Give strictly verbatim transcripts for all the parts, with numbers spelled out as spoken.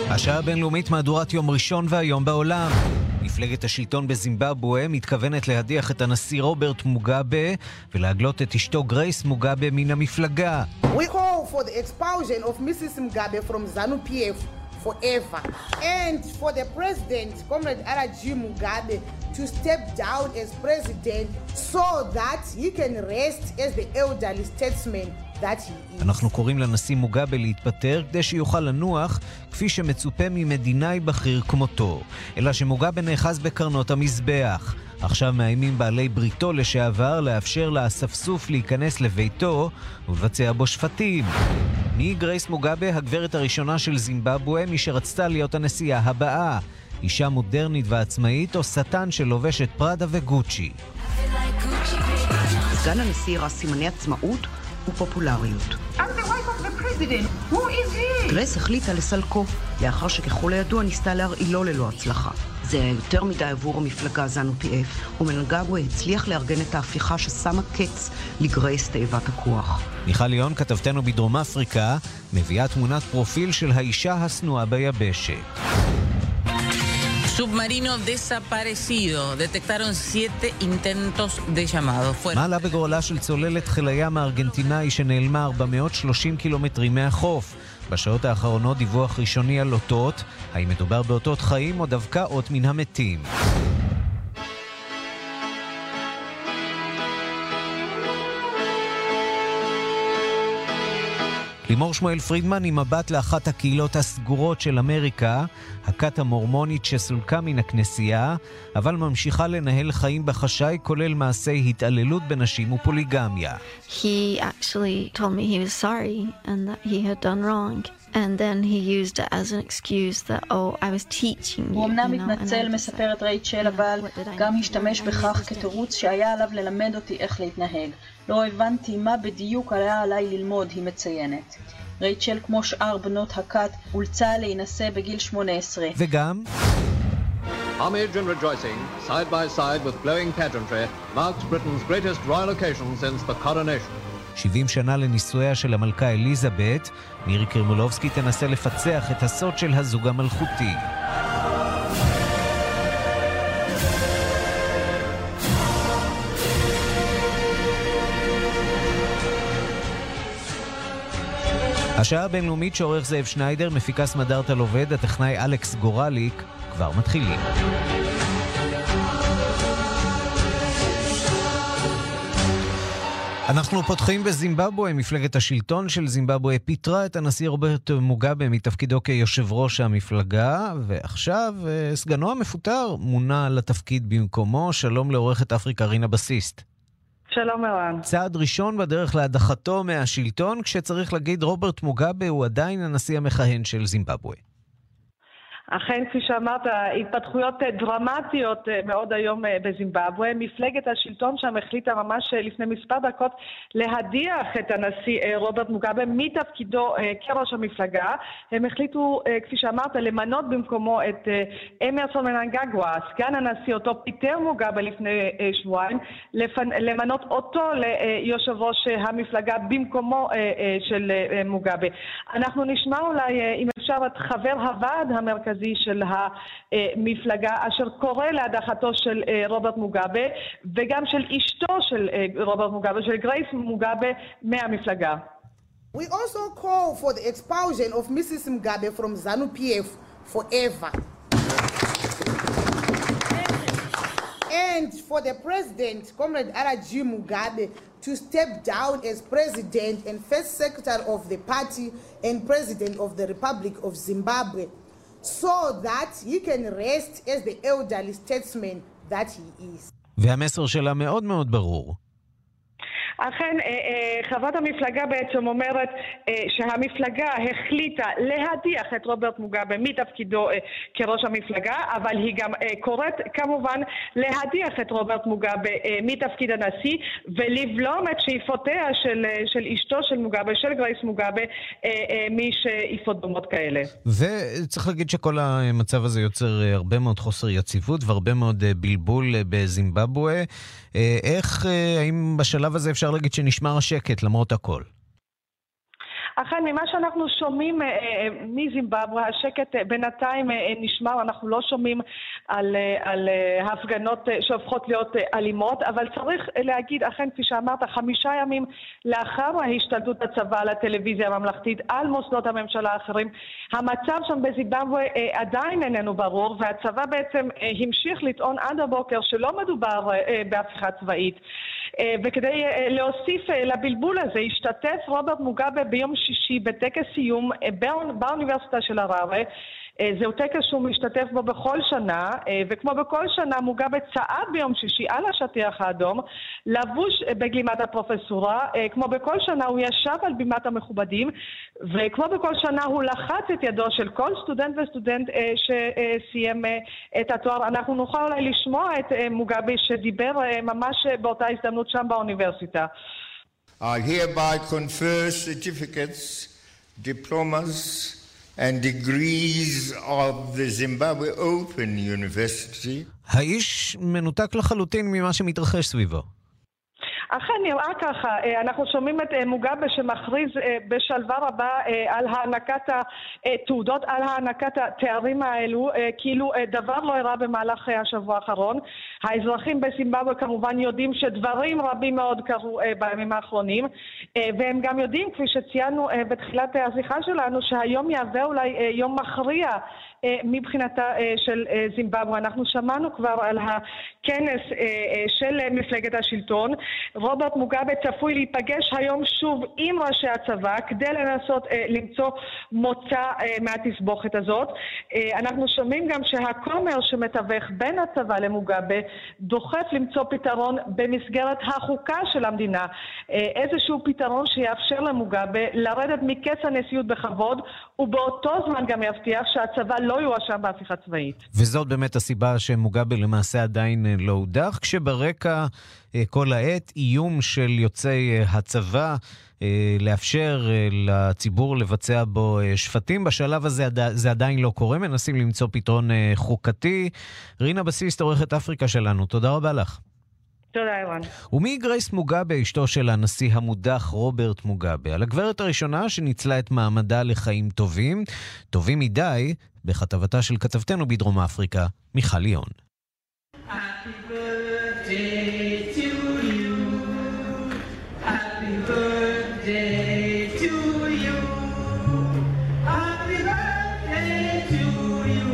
השעה הבינלאומית מהדורת יום ראשון והיום בעולם. מפלגת השלטון בזימבבואה מתכוונת להדיח את הנשיא רוברט מוגאבה ולהגלות את אשתו גרייס מוגאבה מן המפלגה. We call for the expulsion of מיסיס Mugabe from ZANU P F forever and for the president, Comrade Alaji Mugabe, to step down as president so that he can rest as the elderly statesman that he is. אנחנו קוראים לנשיא מוגאבה להתפטר כדי שיוכל לנוח כפי שמצופה ממדינאי בכיר כמותו. אלא שמוגאבה נאחז בקרנות המזבח. עכשיו מאיימים בעלי בריתו לשעבר לאפשר לאספסוף להיכנס לביתו ולבצע בו שפטים. מי גרייס מוגאבה, הגברת הראשונה של זימבבואה, מי שרצתה להיות הנשיאה הבאה? אישה מודרנית ועצמאית או שטן שלובשת פראדה וגוצ'י? סגן הנשיא הראה סימני עצמאות ופופולריות. גרייס החליטה לסלקו, לאחר שככל הידוע ניסתה להרעילו ללא הצלחה. זה היה יותר מדי עבור המפלגה זאנו פי אף, ומנגאבואה הצליח לארגן את ההפיכה ששמה קץ לגרייס תאבת הכוח. מיכל ליון, כתבתנו בדרום אפריקה, מביאה תמונת פרופיל של האישה הסנועה ביבשת. Submarino desaparecido. Detectaron siete intentos de llamado. מה עלה בגורלה של צוללת חיל הים הארגנטינאי שנעלמה ארבע מאות ושלושים קילומטרים מהחוף? בשעות האחרונות דיווח ראשוני על אותות. האם מדובר באותות חיים או דווקא אות מן המתים? לימור שמואל פרידמן עם מבט לאחת הקהילות הסגורות של אמריקה, הכת המורמונית שסולקה מן הכנסייה, אבל ממשיכה לנהל חיים בחשאי, כולל מעשי התעללות בנשים ופוליגמיה. He actually told me he was sorry and that he had done wrong. And then he used it as an excuse that, oh, I was teaching you. הוא אמנם מתנצל, מספרת רייצ'ל, אבל גם השתמש בכך כתירוץ שהיה עליו ללמד אותי איך להתנהג. לא הבנתי מה בדיוק היה עליי ללמוד, היא מציינת. רייצ'ל, כמו שאר בנות הכת, אולצה להינשא בגיל שמונה עשרה. וגם Homage and rejoicing, side by side with glowing pageantry, marks Britain's greatest royal occasion since the coronation. שבעים שנה לנישואיה של המלכה אליזבת, מירי קרמולובסקי תנסה לפצח את הסוד של הזוג המלכותי. השעה הבינלאומית שעורך זאב שניידר, מפיקס מדארטה לובד, הטכנאי אלכס גורליק, כבר מתחילים. אנחנו פותחים בזימבבואה. מפלגת השלטון של זימבבואה פיטרה את הנשיא רוברט מוגאבה מתפקידו כיושב ראש המפלגה, ועכשיו סגנו המפוטר מונה לתפקיד במקומו. שלום לעורכת אפריקה רינה בסיסט. שלום ערן. צעד ראשון בדרך להדחתו מהשלטון, כשצריך להגיד רוברט מוגאבה הוא עדיין הנשיא המכהן של זימבבואה. אכן, כפי שאמרת, התפתחויות דרמטיות מאוד היום בזימבבואה. מפלגת השלטון שם החליטה ממש לפני מספר דקות להדיח את הנשיא רוברט מוגאבה מתפקידו כראש המפלגה. הם החליטו, כפי שאמרת, למנות במקומו את אמרסון מננגגואה, סגן הנשיא אותו פיטר מוגאבה לפני שבועיים, למנות אותו ליושב ראש המפלגה במקומו של מוגאבה. אנחנו נשמע אולי, אם אפשר, את חבר הוועד המרכזי של המפלגה אשר קורא להדחתו של רוברט מוגאבה וגם של אשתו של רוברט מוגאבה, של גרייס מוגאבה, מהמפלגה. We also call for the expulsion of מיסיס Mugabe from ZANU P F forever. And for the president, Comrade Alaji Mugabe, to step down as president and first secretary of the party and president of the Republic of Zimbabwe, so that he can rest as the elderly statesman that he is. והמסר שלה מאוד מאוד ברור. אכן, חברת המפלגה בעצם אומרת שהמפלגה החליטה להדיח את רוברט מוגאבה מתפקידו כראש המפלגה, אבל היא גם קוראת כמובן להדיח את רוברט מוגאבה מתפקיד הנשיא ולבלום את שאיפותיה של, של אשתו של מוגאבה, של גרייס מוגאבה, משאיפות דומות כאלה. וצריך להגיד שכל המצב הזה יוצר הרבה מאוד חוסר יציבות והרבה מאוד בלבול בזימבבואה. איך, האם בשלב הזה אפשר להגיד שנשמר השקט למרות הכל? אכן, ממה שאנחנו שומעים מזימבבואה, השקט בינתיים נשמר, אנחנו לא שומעים על, על הפגנות שהופכות להיות אלימות, אבל צריך להגיד, אכן, כפי שאמרת, חמישה ימים לאחר ההשתלטות הצבא על הטלוויזיה הממלכתית, על מוסדות הממשלה האחרים, המצב שם בזימבבואה עדיין איננו ברור, והצבא בעצם המשיך לטעון עד הבוקר שלא מדובר בהפיכה צבאית. וכדי להוסיף לבלבול הזה, השתתף רוברט מוגאבה ביום שישי בטקס סיום באוניברסיטה של הררה. זהו טקס שהוא משתתף בו בכל שנה, וכמו בכל שנה מוגאבה צעד ביום שישי על השטיח האדום, לבוש בגלימת הפרופסורה, כמו בכל שנה הוא ישב על בימת המכובדים, וכמו בכל שנה הוא לחץ את ידו של כל סטודנט וסטודנט שסיים את התואר. אנחנו נוכל אולי לשמוע את מוגאבה שדיבר ממש באותה הזדמנות שם באוניברסיטה. I hereby confer certificates, diplomas, and degrees of the Zimbabwe Open University. האיש מנותק לחלוטין ממה שמתרחש סביבו. אכן נראה ככה, אנחנו שומעים את מוגאבה שמכריז בשלווה רבה על הענקת התעודות, על הענקת התארים האלו, כאילו דבר לא הראה במהלך השבוע האחרון. האזרחים בזימבבואה כמובן יודעים שדברים רבים מאוד קרו בימים האחרונים, והם גם יודעים, כפי שציינו בתחילת השיחה שלנו, שהיום יהווה אולי יום מכריע מבחינתה של זימבבואה. אנחנו שמענו כבר על הכנס של מפלגת השלטון. רוברט מוגאבה צפוי להיפגש היום שוב עם ראשי הצבא כדי לנסות למצוא מוצא מהתסבוכת הזאת. אנחנו שומעים גם שהכומר שמתווך בין הצבא למוגאבה דוחף למצוא פתרון במסגרת החוקה של המדינה, איזשהו פתרון שיאפשר למוגאבה לרדת מכס הנשיאות בכבוד, ובאותו זמן גם יבטיח שהצבא לא יואשם בהפיכה צבאית. וזאת באמת הסיבה שמוגאבה למעשה עדיין לא הודח, כשברקע כל העת איום של יוצאי הצבא לאפשר לציבור לבצע בו שפטים. בשלב הזה זה עדיין לא קורה, מנסים למצוא פתרון חוקתי. רינה בסיסט, עורכת אפריקה שלנו, תודה רבה לך. תודה, אירן. ומי גרייס מוגאבה, אשתו של הנשיא המודח רוברט מוגאבה, על הגברת הראשונה שניצלה את מעמדה לחיים טובים, טובים מדי, בכתבתה של כתבתנו בדרום אפריקה, מיכל ליון. Happy birthday to you. Happy birthday to you. Happy birthday to you.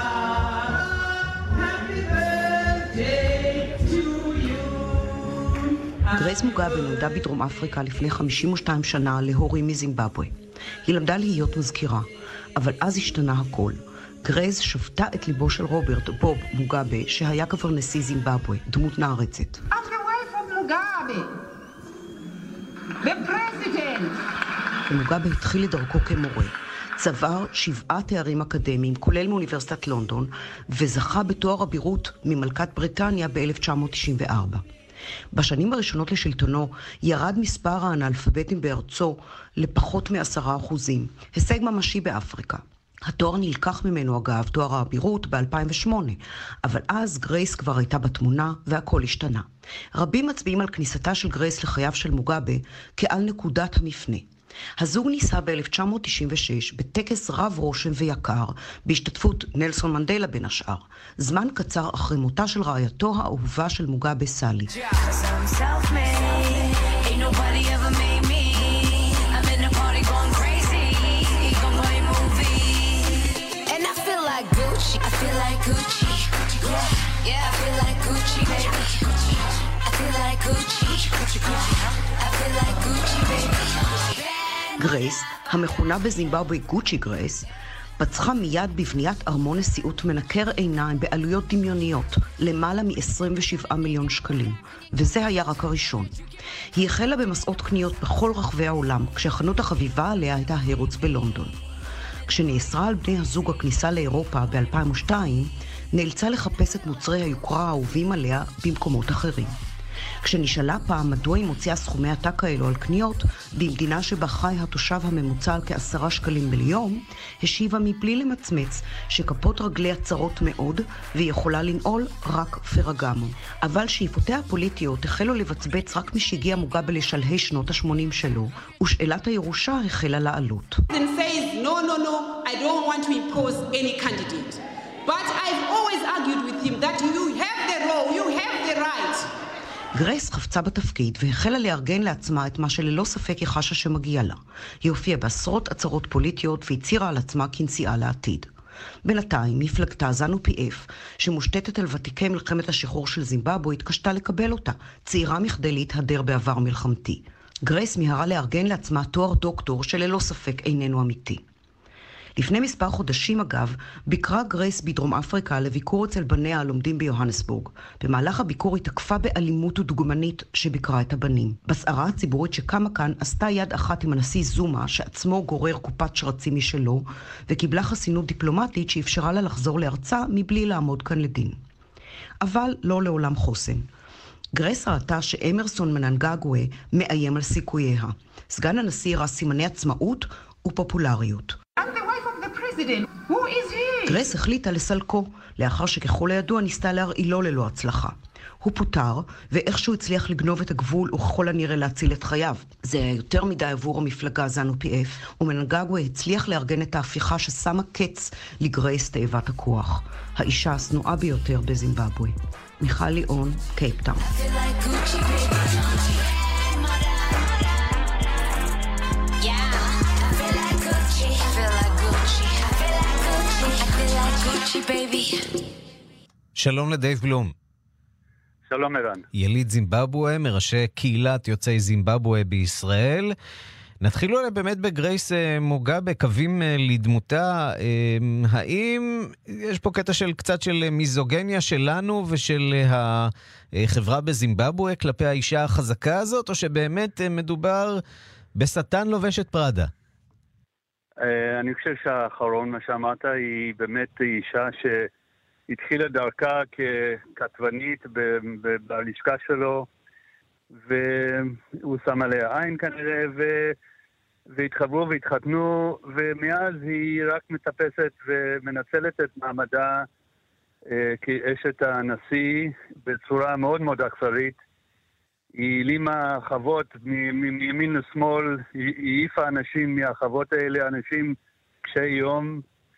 Happy birthday to you. גרייס מוגאבה נולדה בדרום אפריקה לפני חמישים ושתיים שנה להורים מזימבבואה. היא למדה להיות מזכירה, אבל אז השתנה הכל. גרייס שפטה את ליבו של רוברט, בוב מוגאבה, שהיה כבר נשיא זימבבואה, דמות נערצת. Get away from Mugabe, the president. ומוגאבה התחיל לדרכו כמורה. צבר שבעה תארים אקדמיים, כולל מאוניברסיטת לונדון, וזכה בתואר אבירות ממלכת בריטניה ב-אלף תשע מאות תשעים וארבע. בשנים הראשונות לשלטונו ירד מספר האנאלפביתים בארצו לפחות מעשרה אחוזים, הישג ממשי באפריקה. התואר נלקח ממנו אגב, תואר האבירות ב-אלפיים ושמונה, אבל אז גרייס כבר הייתה בתמונה והכל השתנה. רבים מצביעים על כניסתה של גרייס לחייו של מוגאבה כעל נקודת המפנה. הזוג נישא ב-אלף תשע מאות תשעים ושש בטקס רב רושם ויקר, בהשתתפות נלסון מנדלה בין השאר, זמן קצר אחרי מותה של רעייתו האהובה של מוגאבה, סאלי. I feel like Gucci, yeah, yeah, I feel like Gucci, baby. I feel like Gucci, I feel like Gucci, baby. גרייס, המכונה בזימבבואה גוצ'י גרייס, פצחה מיד בבניית ארמון נשיאות מנקר עיניים בעלויות דמיוניות, למעלה מ-עשרים ושבעה מיליון שקלים, וזה היה רק הראשון. היא החלה במסעות קניות בכל רחבי העולם, כשהחנות החביבה עליה הייתה הרוץ בלונדון. כשנאסרה על בני הזוג הכניסה לאירופה ב-אלפיים ושתיים, נאלצה לחפש את מוצרי היוקרה האהובים עליה במקומות אחרים. כשנשאלה פעם מדוע היא מוציאה סכומי עתק כאלו על קניות, במדינה שבה חי התושב הממוצע על כעשרה שקלים ביום, השיבה מבלי למצמץ שכפות רגליה צרות מאוד והיא יכולה לנעול רק פרגמו. אבל שאיפותיה הפוליטיות החלו לבצבץ רק משהגיע מוגאבה לשלהי שנות ה-שמונים שלו, ושאלת הירושה החלה לעלות. says, no, no, no, I don't want to impose any candidate. But I've always argued with him that you have the role, you have the right. גרייס חפצה בתפקיד והחלה לארגן לעצמה את מה שללא ספק היא חשה שמגיע לה. היא הופיעה בעשרות עצרות פוליטיות והצהירה על עצמה כנשיאה לעתיד. בינתיים, מפלגתה זאנו פי אף, שמושתתת על ותיקי מלחמת השחרור של זימבבואה, התקשתה לקבל אותה, צעירה מכדי להתהדר בעבר מלחמתי. גרייס מיהרה לארגן לעצמה תואר דוקטור שללא ספק איננו אמיתי. לפני מספר חודשים אגב, ביקרה גרייס בדרום אפריקה לביקור אצל בניה הלומדים ביוהנסבורג. במהלך הביקור היא תקפה באלימות ודוגמנית שביקרה את הבנים. בסערה הציבורית שקמה כאן עשתה יד אחת עם הנשיא זומה, שעצמו גורר קופת שרצים משלו, וקיבלה חסינות דיפלומטית שאפשרה לה לחזור לארצה מבלי לעמוד כאן לדין. אבל לא לעולם חוסן. גרייס ראתה שאמרסון מננגגווה מאיים על סיכוייה. סגן הנשיא הראה סימני עצמאות ופופולריות. גרייס החליטה לסלקו, לאחר שככל הידוע ניסתה להרעילו ללא הצלחה. הוא פוטר, ואיכשהו הצליח לגנוב את הגבול וככל הנראה להציל את חייו. זה היה יותר מדי עבור המפלגה זאנו פי אף, ומננגגווה הצליח לארגן את ההפיכה ששמה קץ לגרייס תאבת הכוח. האישה השנואה ביותר בזימבבואה. מיכל ליאון, קייפטאון. שלום לדייב בלום. שלום ערן. יליד זימבבואה, מראשי קהילת יוצאי זימבבואה בישראל. נתחילו עליה באמת בגרייס מוגאבה, קווים לדמותה. האם יש פה קטע של קצת של מיזוגניה שלנו ושל החברה בזימבבואה כלפי האישה החזקה הזאת, או שבאמת מדובר בשטן לובש את פראדה? אני חושב שהאחרון, מה שאמרת, היא באמת אישה שהתחילה דרכה ככתבנית בלשכה שלו, והוא שם עליה עין כנראה, והתחברו והתחתנו, ומאז היא רק מטפסת ומנצלת את מעמדה כאשת הנשיא בצורה מאוד מאוד אכזרית. היא העלימה חוות מימין לשמאל, היא העיפה אנשים מהחוות האלה, אנשים קשי יום,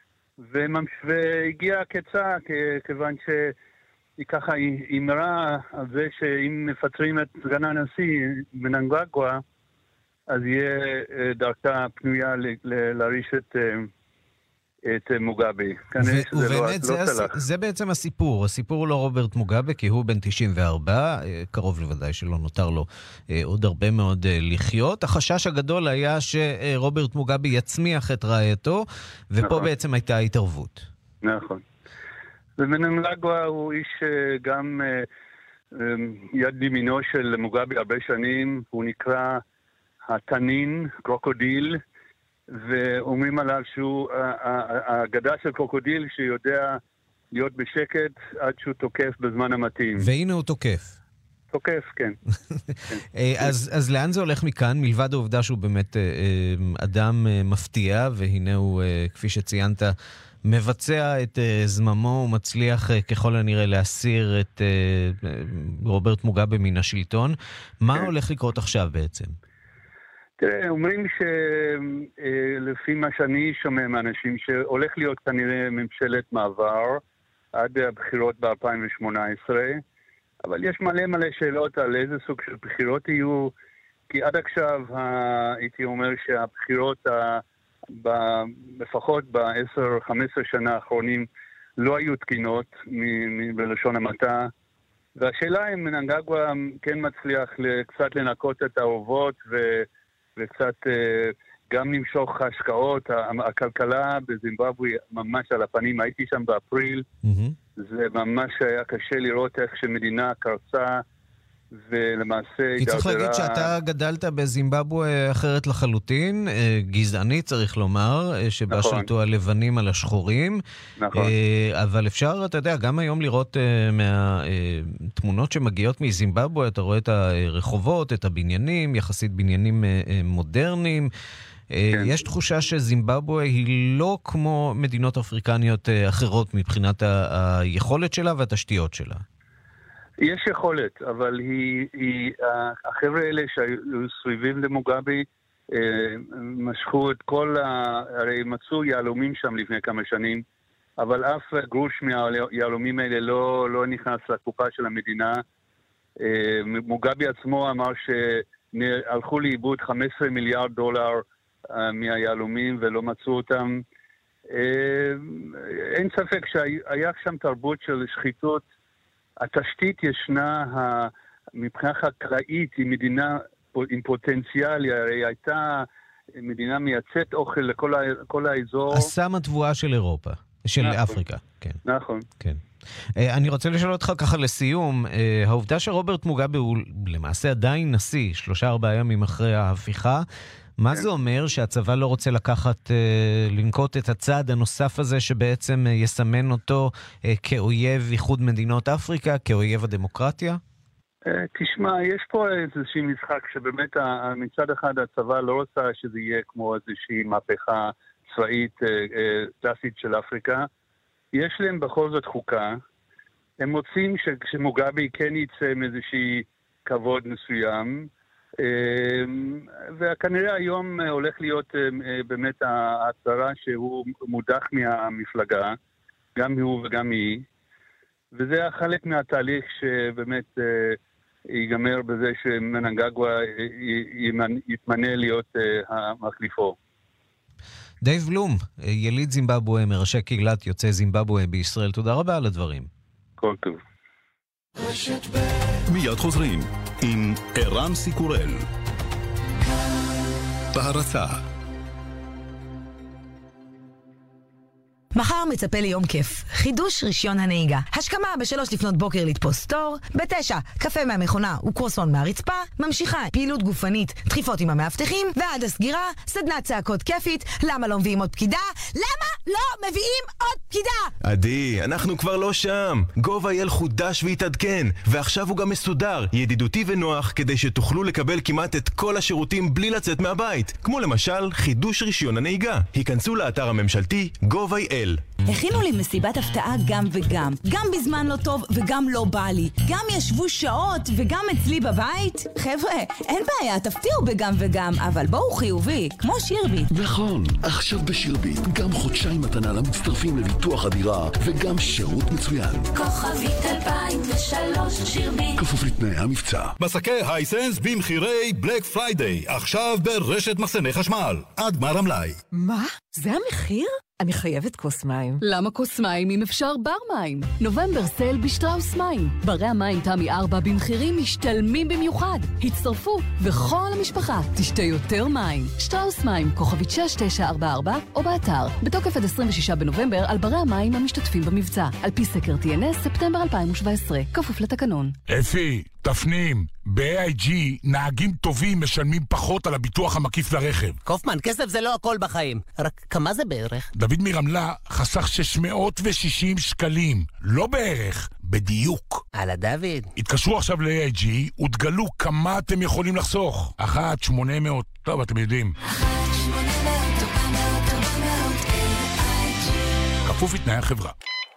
והגיעה קצה, כיוון שהיא ככה אמרה על זה שאם מפטרים את סגן הנשיא מננגגווה, אז יהיה דרכה פנויה להריש את... את מוגאבה. ובאמת זה, זה, זה בעצם הסיפור. הסיפור הוא לא רוברט מוגאבה, כי הוא בן תשעים וארבע, קרוב לוודאי שלא נותר לו עוד הרבה מאוד לחיות. החשש הגדול היה שרוברט מוגאבה יצמיח את רעייתו, ופה נכון. בעצם הייתה התערבות. נכון. ומננגגווה הוא איש גם יד ימינו של מוגאבה הרבה שנים, הוא נקרא התנין, קרוקודיל, ואומרים עליו שהוא האגדה של קרוקודיל שיודע להיות בשקט עד שהוא תוקף בזמן המתאים. והנה הוא תוקף. תוקף, כן. אז, אז לאן זה הולך מכאן? מלבד העובדה שהוא באמת אדם מפתיע, והנה הוא, כפי שציינת, מבצע את זממו ומצליח ככל הנראה להסיר את רוברט מוגאבה מן השלטון. מה הולך לקרות עכשיו בעצם? תראה, אומרים שלפי מה שאני שומע מאנשים, שהולך להיות כנראה ממשלת מעבר עד הבחירות ב-אלפיים שמונה עשרה, אבל יש מלא מלא שאלות על איזה סוג של בחירות יהיו, כי עד עכשיו הייתי אומר שהבחירות לפחות ב-עשר חמש עשרה שנה האחרונים לא היו תקינות בלשון המעטה, והשאלה אם מננגגווה כן מצליח קצת לנקות את האורוות ו... וקצת גם למשוך השקעות. הכלכלה בזימבבואה ממש על הפנים, הייתי שם באפריל, mm-hmm. זה ממש היה קשה לראות איך שמדינה קרצה, ולמעשה... כי צריך להגיד שאתה גדלת בזימבבואה אחרת לחלוטין, גזענית צריך לומר, שבה נכון. שלטו הלבנים על השחורים. נכון. אבל אפשר, אתה יודע, גם היום לראות מהתמונות שמגיעות מזימבבואה, אתה רואה את הרחובות, את הבניינים, יחסית בניינים מודרניים. כן. יש תחושה שזימבבואה היא לא כמו מדינות אפריקניות אחרות מבחינת היכולת שלה והתשתיות שלה. יש יכולת, אבל היא, היא, החבר'ה האלה שהיו סביבים למוגאבי, משכו את כל ה... הרי מצאו יהלומים שם לפני כמה שנים, אבל אף גרוש מהיהלומים האלה לא, לא נכנס לקופה של המדינה. מוגאבי עצמו אמר שהלכו לאיבוד חמישה עשר מיליארד דולר מהיהלומים ולא מצאו אותם. אין ספק שהיה שם תרבות של שחיתות. התשתית ישנה, מבחינה חקלאית, היא מדינה עם פוטנציאל, הרי הייתה מדינה מייצאת אוכל לכל האזור. אסם התבואה של אירופה, של נכון. אפריקה. כן. נכון. כן. אני רוצה לשאול אותך ככה לסיום, העובדה שרוברט מוגאבה הוא למעשה עדיין נשיא, שלושה ארבעה ימים אחרי ההפיכה, מה כן. זה אומר שהצבא לא רוצה לקחת, לנקוט את הצעד הנוסף הזה שבעצם יסמן אותו כאויב איחוד מדינות אפריקה, כאויב הדמוקרטיה? תשמע, יש פה איזושהי משחק שבאמת מצד אחד הצבא לא רוצה שזה יהיה כמו איזושהי מהפכה צבאית קלאסית של אפריקה. יש להם בכל זאת חוקה. הם מוצאים שכשמוגאבי כן יצא עם איזושהי כבוד מסוים, וכנראה היום הולך להיות באמת ההצהרה שהוא מודח מהמפלגה, גם הוא וגם היא, וזה חלק מהתהליך שבאמת ייגמר בזה שמננגגואה יתמנה להיות המחליפו. דייב בלום, יליד זימבבואה, מראשי קהילת יוצאי זימבבואה בישראל, תודה רבה על הדברים. כל טוב. מיד חוזרים עם ערן סיקורל בהרצה. מחר מצפה לי יום כיף. חידוש רישיון הנהיגה. השכמה בשלוש לפנות בוקר לתפוס תור, בתשע קפה מהמכונה וקרוסון מהרצפה, ממשיכה פעילות גופנית, דחיפות עם המאבטחים, ועד הסגירה, סדנת צעקות כיפית. למה לא מביאים עוד פקידה? למה לא מביאים עוד פקידה? עדי, אנחנו כבר לא שם. גוב.איי.אל חודש והתעדכן, ועכשיו הוא גם מסודר, ידידותי ונוח, כדי שתוכלו לקבל כמעט את כל השירותים בלי לצאת מהבית, כמו למשל חידוש רישיון הנהיגה. היכנסו לאתר הממשלתי גוב.איי.אל. הכינו לי מסיבת הפתעה גם וגם. גם בזמן לא טוב וגם לא בא לי. גם ישבו שעות וגם אצלי בבית. חבר'ה, אין בעיה, תפתיעו בגם וגם, אבל בואו חיובי, כמו שירביט. נכון, עכשיו בשירביט, גם חודשיים מתנה למצטרפים לביטוח הדירה, וגם שירות מצוין. כוכבית אלפיים ושלוש שירביט. כפוף לתנאי המבצע. מסקי הייסנס במחירי בלק פריידיי, עכשיו ברשת מחסני חשמל. עד גמר המלאי. מה? זה המחיר? אני חייבת כוס מים. למה כוס מים אם אפשר בר מים? נובמבר סייל בשטראוס מים. ברי המים תמי ארבע במחירים משתלמים במיוחד. הצטרפו וכל המשפחה תשתה יותר מים. שטראוס מים, כוכבית שש תשע ארבע ארבע או באתר. בתוקף עד עשרים ושישה בנובמבר על ברי המים המשתתפים במבצע. על פי סקר טי אן אס ספטמבר אלפיים שבע עשרה. כפוף לתקנון. אפי, תפנים. ב-איי איי ג'י נהגים טובים משלמים פחות על הביטוח המקיף לרכב. קופמן, כסף זה לא הכל בחיים. רק כמה זה בערך? דוד מרמלה חסך שש מאות ושישים שקלים. לא בערך, בדיוק. הלאה דוד. התקשרו עכשיו ל-איי איי ג'י ותגלו כמה אתם יכולים לחסוך. אחת, שמונה מאות, טוב, אתם יודעים. כפוף לתנאי החברה.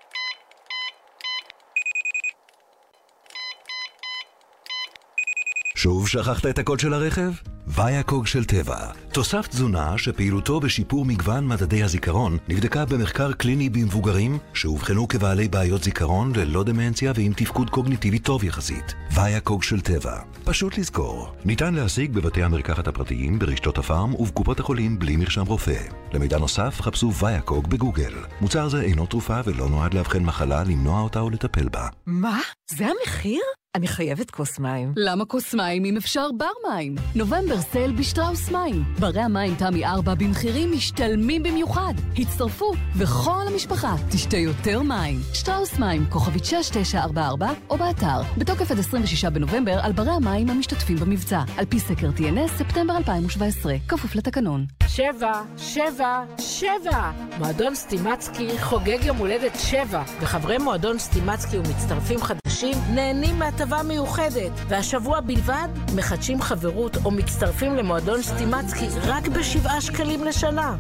שוב שכחת את הקוד של הרכב? ויאקוג של טבע. תוסף תזונה שפעילותו בשיפור מגוון מדדי הזיכרון נבדקה במחקר קליני במבוגרים שהובחנו כבעלי בעיות זיכרון ללא דמנציה ועם תפקוד קוגניטיבי טוב יחסית. ויאקוג של טבע. פשוט לזכור. ניתן להשיג בבתי המרקחת הפרטיים, ברשתות הפארם ובקופות החולים בלי מרשם רופא. למידע נוסף חפשו ויאקוג בגוגל. מוצר זה אינו תרופה ולא נועד לאבחן מחלה, למנוע אותה או לטפל בה. מה? זה המחיר? אני חייבת כוס מים. למה כוס מים אם אפשר בר מים? נובמבר נובמבר סייל בשטראוס מים. ברי המים תמי ארבע במחירים משתלמים במיוחד. הצטרפו וכל המשפחה תשתה יותר מים. שטראוס מים, כוכבית שש תשע ארבע ארבע או באתר. בתוקף עד עשרים ושישה בנובמבר על ברי המים המשתתפים במבצע. על פי סקר טי אן אס ספטמבר אלפיים שבע עשרה. כפוף לתקנון. שבע, שבע, שבע. מועדון סטימצקי חוגג יום הולדת שבע, וחברי מועדון סטימצקי ומצטרפים חדשים נהנים מהטבה מיוחדת. והשבוע בלבד מחדשים חברות או מצטרפים למועדון סטימצקי רק בשבעה שקלים לשנה.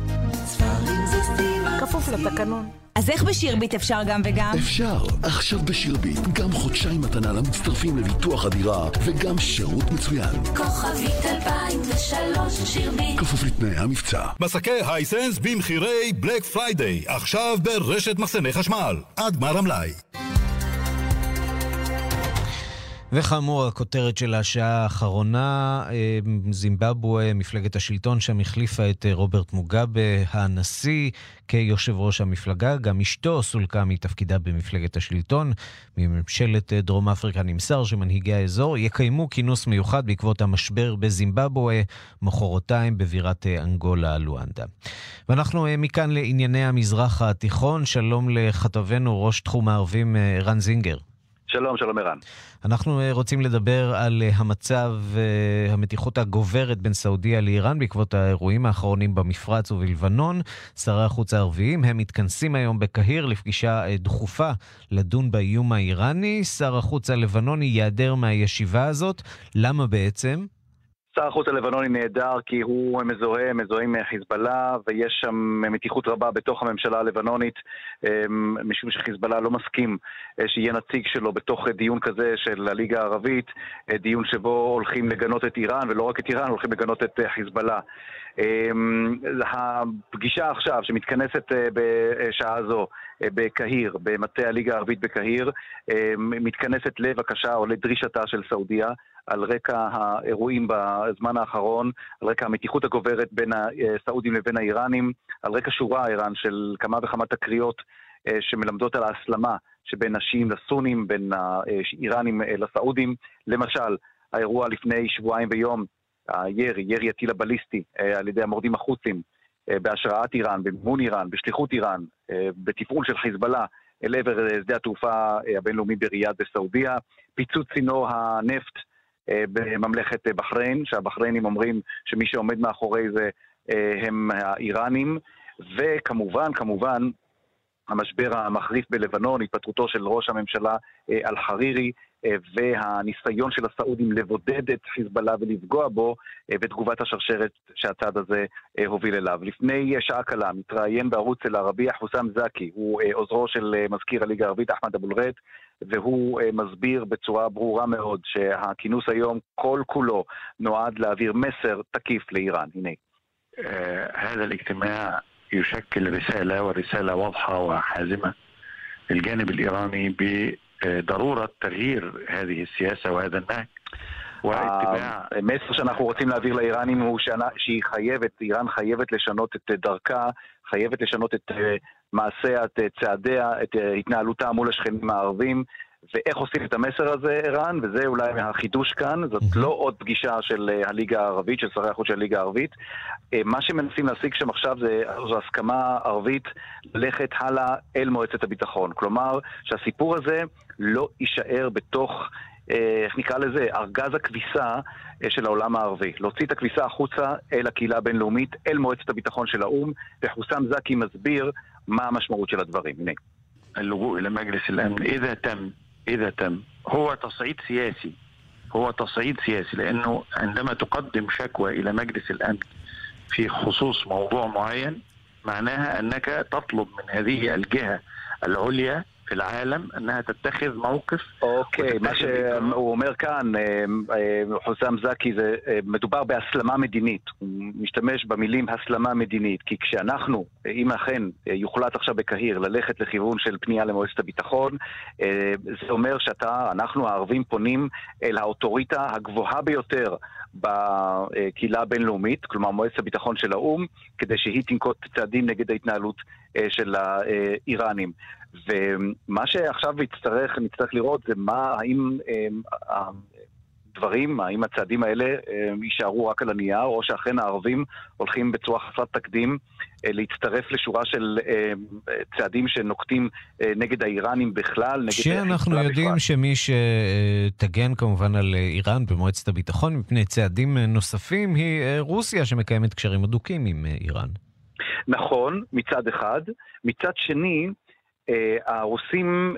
כפוף לתקנון. אז איך בשירביט אפשר גם וגם? אפשר. עכשיו בשירביט גם חודשיים מתנה למצטרפים לביטוח הדירה וגם שירות מצוין. כוכבית אלפיים ושלוש שירביט. כפוף לתנאי המבצע. מסקי הייסנס במחירי בלק פריידיי. עכשיו ברשת מחסני חשמל. עד גמר המלאי. וכאמור, הכותרת של השעה האחרונה, זימבבואה, מפלגת השלטון שם החליפה את רוברט מוגאבה, הנשיא, כיושב ראש המפלגה. גם אשתו סולקה מתפקידה במפלגת השלטון. מממשלת דרום אפריקה נמסר שמנהיגי האזור יקיימו כינוס מיוחד בעקבות המשבר בזימבבואה, מחרתיים בבירת אנגולה, לואנדה. ואנחנו מכאן לענייני המזרח התיכון. שלום לכתבנו, ראש תחום הערבים ערן זינגר. שלום, שלום ערן. אנחנו רוצים לדבר על המצב, המתיחות הגוברת בין סעודיה לאיראן בעקבות האירועים האחרונים במפרץ ובלבנון. שרי החוץ הערביים הם מתכנסים היום בקהיר לפגישה דחופה לדון באיום האיראני. שר החוץ הלבנוני ייעדר מהישיבה הזאת. למה בעצם? שר החוץ הלבנוני נהדר כי הוא מזוהה, מזוהה עם חיזבאללה, ויש שם מתיחות רבה בתוך הממשלה הלבנונית, משום שחיזבאללה לא מסכים שיהיה נציג שלו בתוך דיון כזה של הליגה הערבית, דיון שבו הולכים לגנות את איראן, ולא רק את איראן, הולכים לגנות את חיזבאללה. הפגישה עכשיו שמתכנסת בשעה זו בקהיר, במטה הליגה הערבית בקהיר, מתכנסת לבקשה או לדרישתה של סעודיה, על רקע האירועים בזמן האחרון, על רקע המתיחות הגוברת בין הסעודים לבין האיראנים, על רקע שורה איראן של כמה וכמה תקריות שמלמדות על ההסלמה שבין נשים לסונים, בין האיראנים לסעודים. למשל, האירוע לפני שבועיים ויום, הירי, ירי הטיל הבליסטי על ידי המורדים החות'ים, בהשראת איראן, במימון איראן, בשליחות איראן, בתפעול של חיזבאללה, אל עבר שדה התעופה הבינלאומי בריאד בסעודיה, פיצוץ צינור הנפט בממלכת בחריין, שהבחריינים אומרים שמי שעומד מאחורי זה הם האיראנים, וכמובן, כמובן, המשבר המחריף בלבנון, התפטרותו של ראש הממשלה אל-חרירי, והניסיון של הסעודים לבודד את חיזבאללה ולפגוע בו, ותגובת השרשרת שהצד הזה הוביל אליו. לפני שעה קלה מתראיין בערוץ אל-ערבייה חוסם זקי, הוא עוזרו של מזכיר הליגה הערבית אחמד אבו אל-רייט, והוא מסביר בצורה ברורה מאוד שהכינוס היום כל כולו נועד להעביר מסר תקיף לאיראן. הנה. هذا الاجتماع يشكل رسالة ورسالة واضحة وحازمة للجانب الإيراني بضرورة تغيير هذه السياسة وهذا النهج. המסר שאנחנו רוצים להעביר לאיראנים הוא שהיא חייבת, איראן חייבת לשנות את דרכה, חייבת לשנות את מעשיה, את צעדיה, את התנהלותה מול השכנים הערבים, ואיך עושים את המסר הזה, איראן, וזה אולי החידוש כאן, זאת לא עוד פגישה של הליגה הערבית, של שרי החוץ של הליגה הערבית. מה שמנסים להשיג שם עכשיו זה, זו הסכמה ערבית ללכת הלאה אל מועצת הביטחון. כלומר, שהסיפור הזה לא יישאר בתוך, איך נקרא לזה, ארגז הכביסה של העולם הערבי. להוציא את הכביסה החוצה אל הקהילה הבינלאומית, אל מועצת הביטחון של האום, וחוסם זקי מסביר מה המשמעות של הדברים. הנה. اللجوء إلى مجلس الأمن إذا تم إذا تم هو تصعيد سياسي هو تصعيد سياسي لأنه عندما تقدم شكوى إلى مجلس الأمن في خصوص موضوع معين معناها أنك تطلب من هذه الجهة العليا في العالم أنها تتخذ موقف. אוקיי, מה שהוא אומר כאן, חוסם זקי, זה מדובר בהסלמה מדינית. הוא משתמש במילים הסלמה מדינית, כי כשאנחנו, אם אכן יוחלט עכשיו בקהיר ללכת לכיוון של פנייה למועצת הביטחון, זה אומר שאתה, אנחנו הערבים פונים אל האוטוריטה הגבוהה ביותר בקהילה הבינלאומית, כלומר מועצת הביטחון של האום, כדי שהיא תנקוט צעדים נגד ההתנהלות של האיראנים. ומה שעכשיו נצטרך, נצטרך לראות זה מה, האם דברים, האם הצעדים האלה יישארו רק על הנייר, או שאכן הערבים הולכים בצורה חסרת תקדים להצטרף לשורה של צעדים שנוקטים נגד האיראנים בכלל, נגד שאנחנו יודעים בכלל. שמי שתגן כמובן על איראן במועצת הביטחון מפני צעדים נוספים היא רוסיה שמקיימת קשרים אדוקים עם איראן. נכון, מצד אחד. מצד שני, הרוסים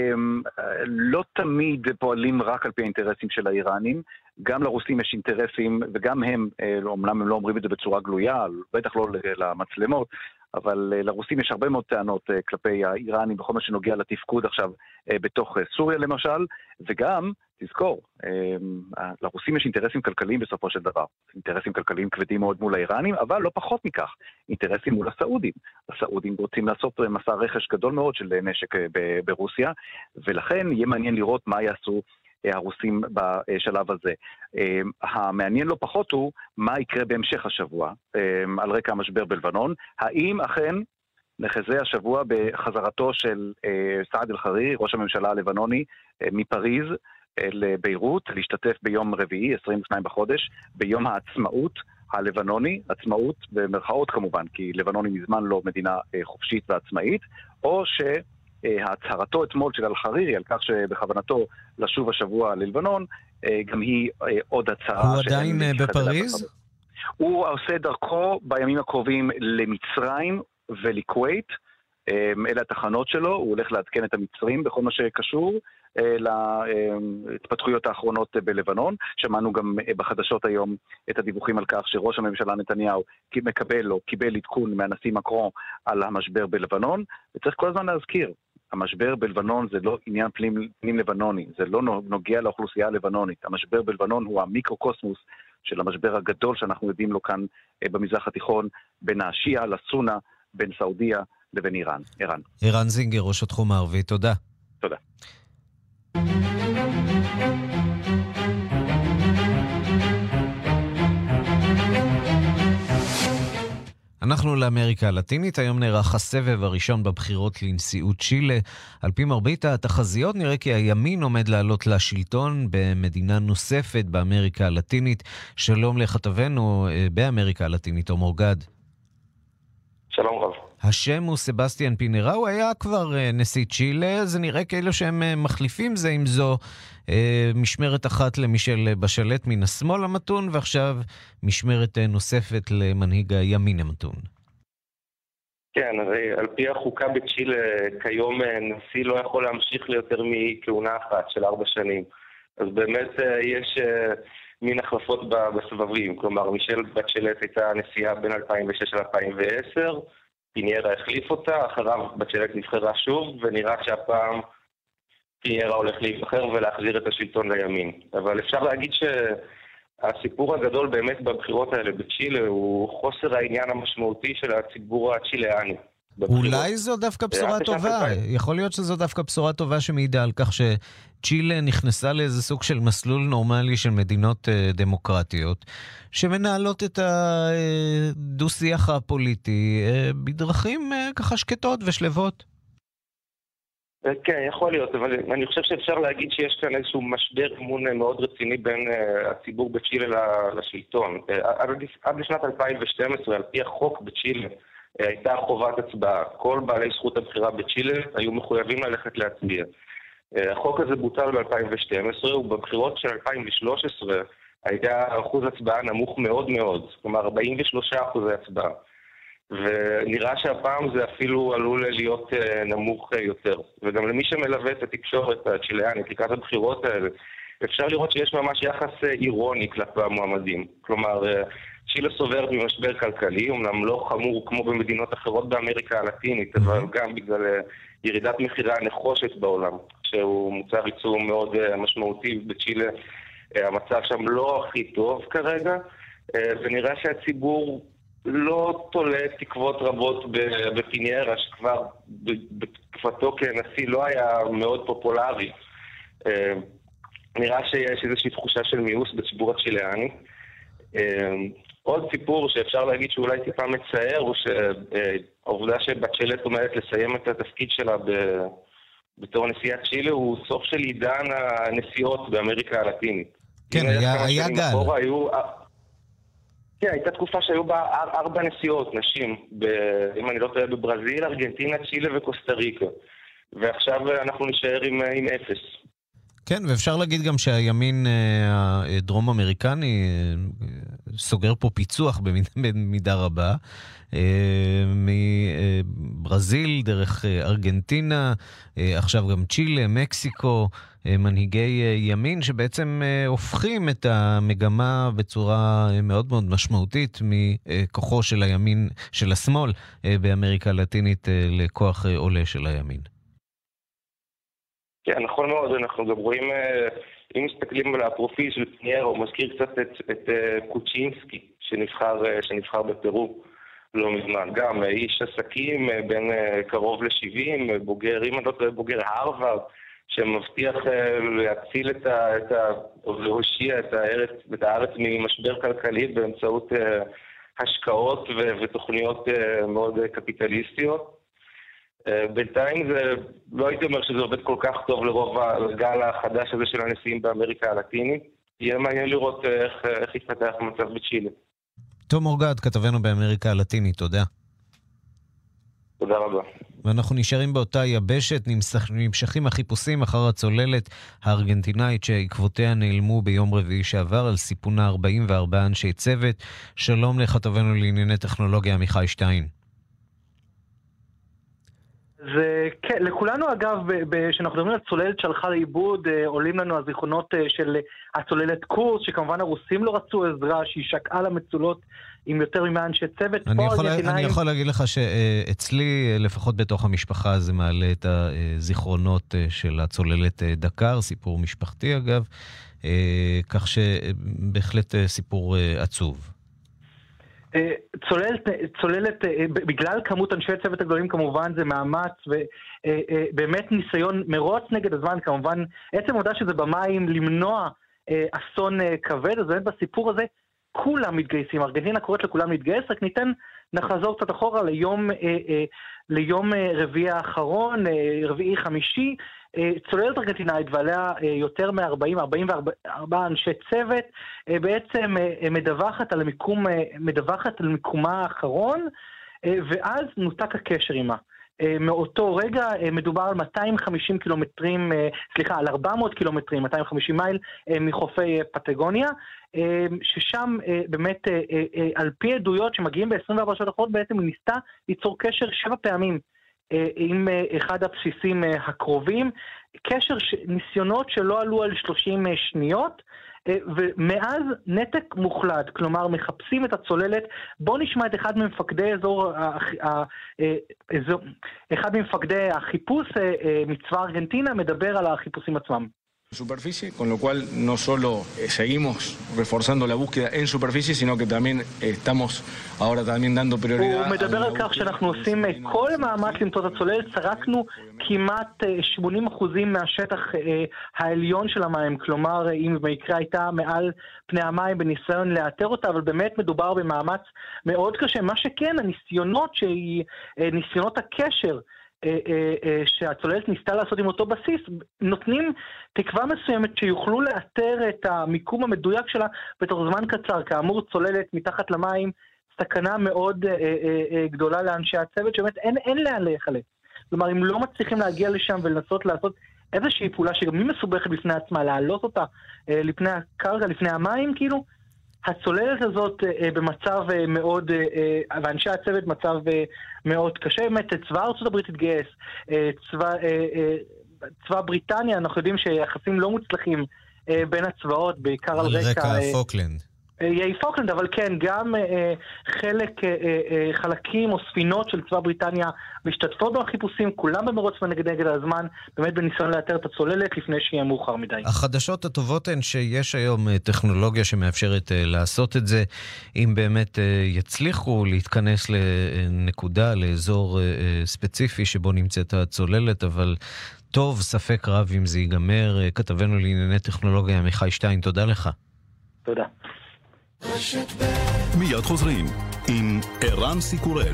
לא תמיד פועלים רק על פי האינטרסים של האיראנים, גם לרוסים יש אינטרסים, וגם הם, אומנם הם לא אומרים את זה בצורה גלויה, בטח לא למצלמות, אבל לרוסים יש הרבה מאוד טענות כלפי האיראנים בכל מה שנוגע לתפקוד עכשיו בתוך סוריה למשל, וגם, תזכור, לרוסים יש אינטרסים כלכליים בסופו של דבר, אינטרסים כלכליים כבדים מאוד מול האיראנים, אבל לא פחות מכך, אינטרסים מול הסעודים. הסעודים רוצים לעשות מסע רכש גדול מאוד של נשק ברוסיה, ולכן יהיה מעניין לראות מה יעשו הרוסים בשלב הזה. המעניין לא פחות הוא מה יקרה בהמשך השבוע על רקע המשבר בלבנון. האם אכן נחזה השבוע בחזרתו של סעד אל-חרירי, ראש הממשלה הלבנוני, מפריז לביירות, להשתתף ביום רביעי, עשרים ושניים בחודש, ביום העצמאות הלבנוני, עצמאות במרכאות כמובן, כי לבנון היא מזמן לא מדינה חופשית ועצמאית, או ש... ההצהרתו אתמול של אל-חרירי על כך שבכוונתו לשוב השבוע ללבנון, גם היא עוד הצהרה. הוא עדיין בפריז? הוא עושה דרכו בימים הקרובים למצרים ולכווית, אלה התחנות שלו, הוא הולך לעדכן את המצרים בכל מה שקשור להתפתחויות האחרונות בלבנון. שמענו גם בחדשות היום את הדיווחים על כך שראש הממשלה נתניהו מקבל או קיבל עדכון מהנשיא מקרון על המשבר בלבנון, וצריך כל הזמן להזכיר, המשבר בלבנון זה לא עניין פנים, פנים לבנוני, זה לא נוגע לאוכלוסייה הלבנונית. המשבר בלבנון הוא המיקרוקוסמוס של המשבר הגדול שאנחנו יודעים לו כאן במזרח התיכון, בין השיעה לסונה, בין סעודיה לבין איראן. איראן. ערן זינגר, ראש התחום הערבי, תודה. תודה. אנחנו לאמריקה הלטינית. היום נערך הסבב הראשון בבחירות לנשיאות צ'ילה. על פי מרבית התחזיות נראה כי הימין עומד לעלות לשלטון במדינה נוספת באמריקה הלטינית. שלום לכתבנו באמריקה הלטינית, עומר גד. שלום רב. השם הוא סבסטיאן פינרה, הוא היה כבר נשיא צ'ילה, זה נראה כאילו שהם מחליפים זה עם זו, משמרת אחת למישל בשלט מן השמאל המתון, ועכשיו משמרת נוספת למנהיג הימין המתון. כן, הרי על פי החוקה בצ'ילה כיום נשיא לא יכול להמשיך ליותר מכהונה אחת של ארבע שנים. אז באמת יש מין החלפות בסבבים, כלומר מישל בשלט הייתה נשיאה בין אלפיים ושש ל-אלפיים ועשר, פיניירה החליף אותה, אחריו בצ'לט נבחרה שוב, ונראה שהפעם פיניירה הולך להיבחר ולהחזיר את השלטון לימין. אבל אפשר להגיד שהסיפור הגדול באמת בבחירות האלה בצ'ילה הוא חוסר העניין המשמעותי של הציבור הצ'יליאני. אולי זו דווקא בשורה טובה, יכול להיות שזו דווקא בשורה טובה שמעידה על כך שצ'ילה נכנסה לאיזה סוג של מסלול נורמלי של מדינות דמוקרטיות, שמנהלות את הדו-שיח הפוליטי בדרכים ככה שקטות ושלבות. כן, יכול להיות, אבל אני חושב שאפשר להגיד שיש כאן איזשהו משבר אמון מאוד רציני בין הציבור בצ'ילה לשלטון. עד לשנת אלפיים ושתים עשרה, על פי החוק בצ'ילה, הייתה חובת הצבעה. כל בעלי זכות הבחירה בצ'ילה היו מחויבים ללכת להצביע. החוק הזה בוטל ב-אלפיים ושתים עשרה, ובבחירות של אלפיים ושלוש עשרה הייתה אחוז הצבעה נמוך מאוד מאוד, כלומר ארבעים ושלושה אחוזי הצבעה. ונראה שהפעם זה אפילו עלול להיות נמוך יותר. וגם למי שמלווה את התקשורת הצ'יליאנית לקראת הבחירות האלה, אפשר לראות שיש ממש יחס אירוני כלפי המועמדים. כלומר, צ'ילה סוברת ממשבר כלכלי, אמנם לא חמור כמו במדינות אחרות באמריקה הלטינית, אבל גם בגלל ירידת מחירי הנחושת בעולם, שהוא מוצר ייצור מאוד משמעותי בצ'ילה. המצב שם לא הכי טוב כרגע, ונראה שהציבור לא תולה תקוות רבות בפיניירה, שכבר בתקופתו כנשיא לא היה מאוד פופולרי. נראה שיש איזושהי תחושה של מיאוס בציבור הצ'יליאני. עוד סיפור שאפשר להגיד שאולי טיפה מצער, הוא שהעובדה שבצ'ילט עומדת לסיים את התפקיד שלה בתור נשיאת צ'ילה, הוא סוף של עידן הנשיאות באמריקה הלטינית. כן, היה, היה גל. אחורה, היו... כן, הייתה תקופה שהיו בה ארבע נסיעות, נשים, ב... אם אני לא טועה, בברזיל, ארגנטינה, צ'ילה וקוסטה ריקה. ועכשיו אנחנו נשאר עם, עם אפס. כן, ואפשר להגיד גם שהימין הדרום אמריקני סוגר פה פיצוח במידה רבה. מברזיל, דרך ארגנטינה, עכשיו גם צ'ילה, מקסיקו, מנהיגי ימין שבעצם הופכים את המגמה בצורה מאוד מאוד משמעותית מכוחו של הימין, של השמאל באמריקה הלטינית לכוח עולה של הימין. כן, נכון מאוד, אנחנו גם רואים, אם מסתכלים על הפרופיל של פניירו, הוא מזכיר קצת את, את קוצ'ינסקי שנבחר, שנבחר בפרו לא מזמן. גם איש עסקים בין קרוב ל-שבעים, בוגר, אם אני לא טועה, בוגר הרווארד, שמבטיח להציל את ה... את ה או להושיע את הארץ, את הארץ ממשבר כלכלי באמצעות השקעות ו, ותוכניות מאוד קפיטליסטיות. בינתיים זה, לא הייתי אומר שזה עובד כל כך טוב לרוב הגל החדש הזה של הנשיאים באמריקה הלטינית. יהיה מעניין לראות איך, איך יתפתח המצב בצ'ילה. תום אורגד, כתבנו באמריקה הלטינית, תודה. תודה רבה. ואנחנו נשארים באותה יבשת, נמשכים החיפושים אחר הצוללת הארגנטינאית שעקבותיה נעלמו ביום רביעי שעבר על סיפונה ארבעים וארבעה אנשי צוות. שלום לכתבנו לענייני טכנולוגיה עמיחי שטיין. זה, כן, לכולנו אגב, כשאנחנו מדברים על צוללת שהלכה לאיבוד, עולים לנו הזיכרונות של הצוללת קורס, שכמובן הרוסים לא רצו עזרה, שהיא שקעה למצולות עם יותר ממאה אנשי צוות. אני יכול, אני יכול להגיד לך שאצלי, לפחות בתוך המשפחה, זה מעלה את הזיכרונות של הצוללת דקר, סיפור משפחתי אגב, כך שבהחלט סיפור עצוב. צוללת, צוללת, בגלל כמות אנשי צוות הגדולים כמובן זה מאמץ ובאמת ניסיון מרוץ נגד הזמן, כמובן עצם העובדה שזה במים למנוע אסון כבד, אז באמת בסיפור הזה כולם מתגייסים, ארגנטינה קוראת לכולם להתגייס, רק ניתן נחזור קצת אחורה ליום, ליום רביעי האחרון, רביעי חמישי, צוללת ארגנטינאית ועליה יותר מ-ארבעים, ארבעים וארבעה אנשי צוות, בעצם מדווחת על המיקום, מדווחת על מיקומה האחרון, ואז נותק הקשר עימה. מאותו רגע מדובר על מאתיים וחמישים קילומטרים, סליחה, על ארבע מאות קילומטרים, מאתיים וחמישים מייל מחופי פטגוניה, ששם באמת על פי עדויות שמגיעים ב-עשרים וארבע שעות אחרות, בעצם היא ניסתה ליצור קשר שבע פעמים עם אחד הבסיסים הקרובים, קשר ש... ניסיונות שלא עלו על שלושים שניות, ומאז נתק מוחלט, כלומר מחפשים את הצוללת. בוא נשמע את אחד ממפקדי אזור, אזור אחד ממפקדי החיפוש מצבא ארגנטינה מדבר על החיפושים עצמם. superficie, con lo cual no solo eh, seguimos reforzando la búsqueda en superficie, sino que también eh, estamos ahora también dando prioridad. הוא מדבר על כך שאנחנו עושים כל מאמץ למצוא את הצוללת, סרקנו כמעט שמונים אחוזים מהשטח העליון של המים, כלומר אם במקרה הייתה מעל פני המים בניסיון לאתר אותה, אבל באמת מדובר במאמץ מאוד קשה. מה שכן, הניסיונות שהיא, ניסיונות הקשר שהצוללת ניסתה לעשות עם אותו בסיס, נותנים תקווה מסוימת שיוכלו לאתר את המיקום המדויק שלה בתוך זמן קצר. כאמור, צוללת מתחת למים, סכנה מאוד גדולה לאנשי הצוות, שבאמת אין, אין לאן להיחלץ. כלומר, אם לא מצליחים להגיע לשם ולנסות לעשות איזושהי פעולה שגם היא מסובכת בפני עצמה, להעלות אותה לפני הקרקע, לפני המים, כאילו, הצוללת הזאת במצב מאוד, ואנשי הצוות מצב מאוד קשה, באמת צבא ארצות הברית התגייס, צבא, צבא בריטניה, אנחנו יודעים שיחסים לא מוצלחים בין הצבאות, בעיקר על רקע... רקע פוקלנד. יאי פוקלנד, אבל כן, גם אה, חלק, אה, אה, חלקים או ספינות של צבא בריטניה משתתפות בחיפושים, כולם במרוץ ונגד נגד הזמן, באמת בניסיון לאתר את הצוללת לפני שיהיה מאוחר מדי. החדשות הטובות הן שיש היום טכנולוגיה שמאפשרת אה, לעשות את זה, אם באמת אה, יצליחו להתכנס לנקודה, לאזור אה, ספציפי שבו נמצאת הצוללת, אבל טוב, ספק רב אם זה ייגמר. כתבנו לענייני טכנולוגיה עמיחי שטיין, תודה לך. תודה. מיד חוזרים עם ערן סיקורל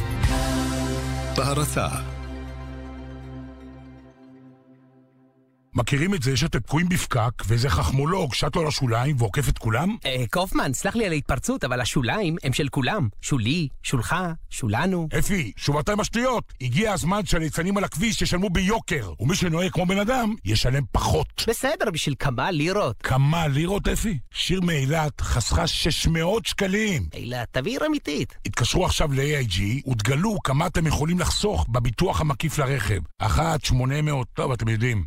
בהרצה. מכירים את זה שאתם תקועים בפקק, ואיזה חכמולוג שט לו לשוליים ועוקף את כולם? אה, קופמן, סלח לי על ההתפרצות, אבל השוליים הם של כולם. שולי, שולך, שולנו. אפי, שובעתיים השטויות. הגיע הזמן שהליצנים על הכביש ישלמו ביוקר, ומי שנוהג כמו בן אדם, ישלם פחות. בסדר, בשביל כמה לירות. כמה לירות, אפי? שיר מאילת חסכה שש מאות שקלים. אילת, תבהיר אמיתית. התקשרו עכשיו ל-איי איי ג'י, ותגלו כמה אתם יכולים לחסוך בביטוח המקיף לרכב. אחת, שמונה מאות, טוב, אתם יודעים.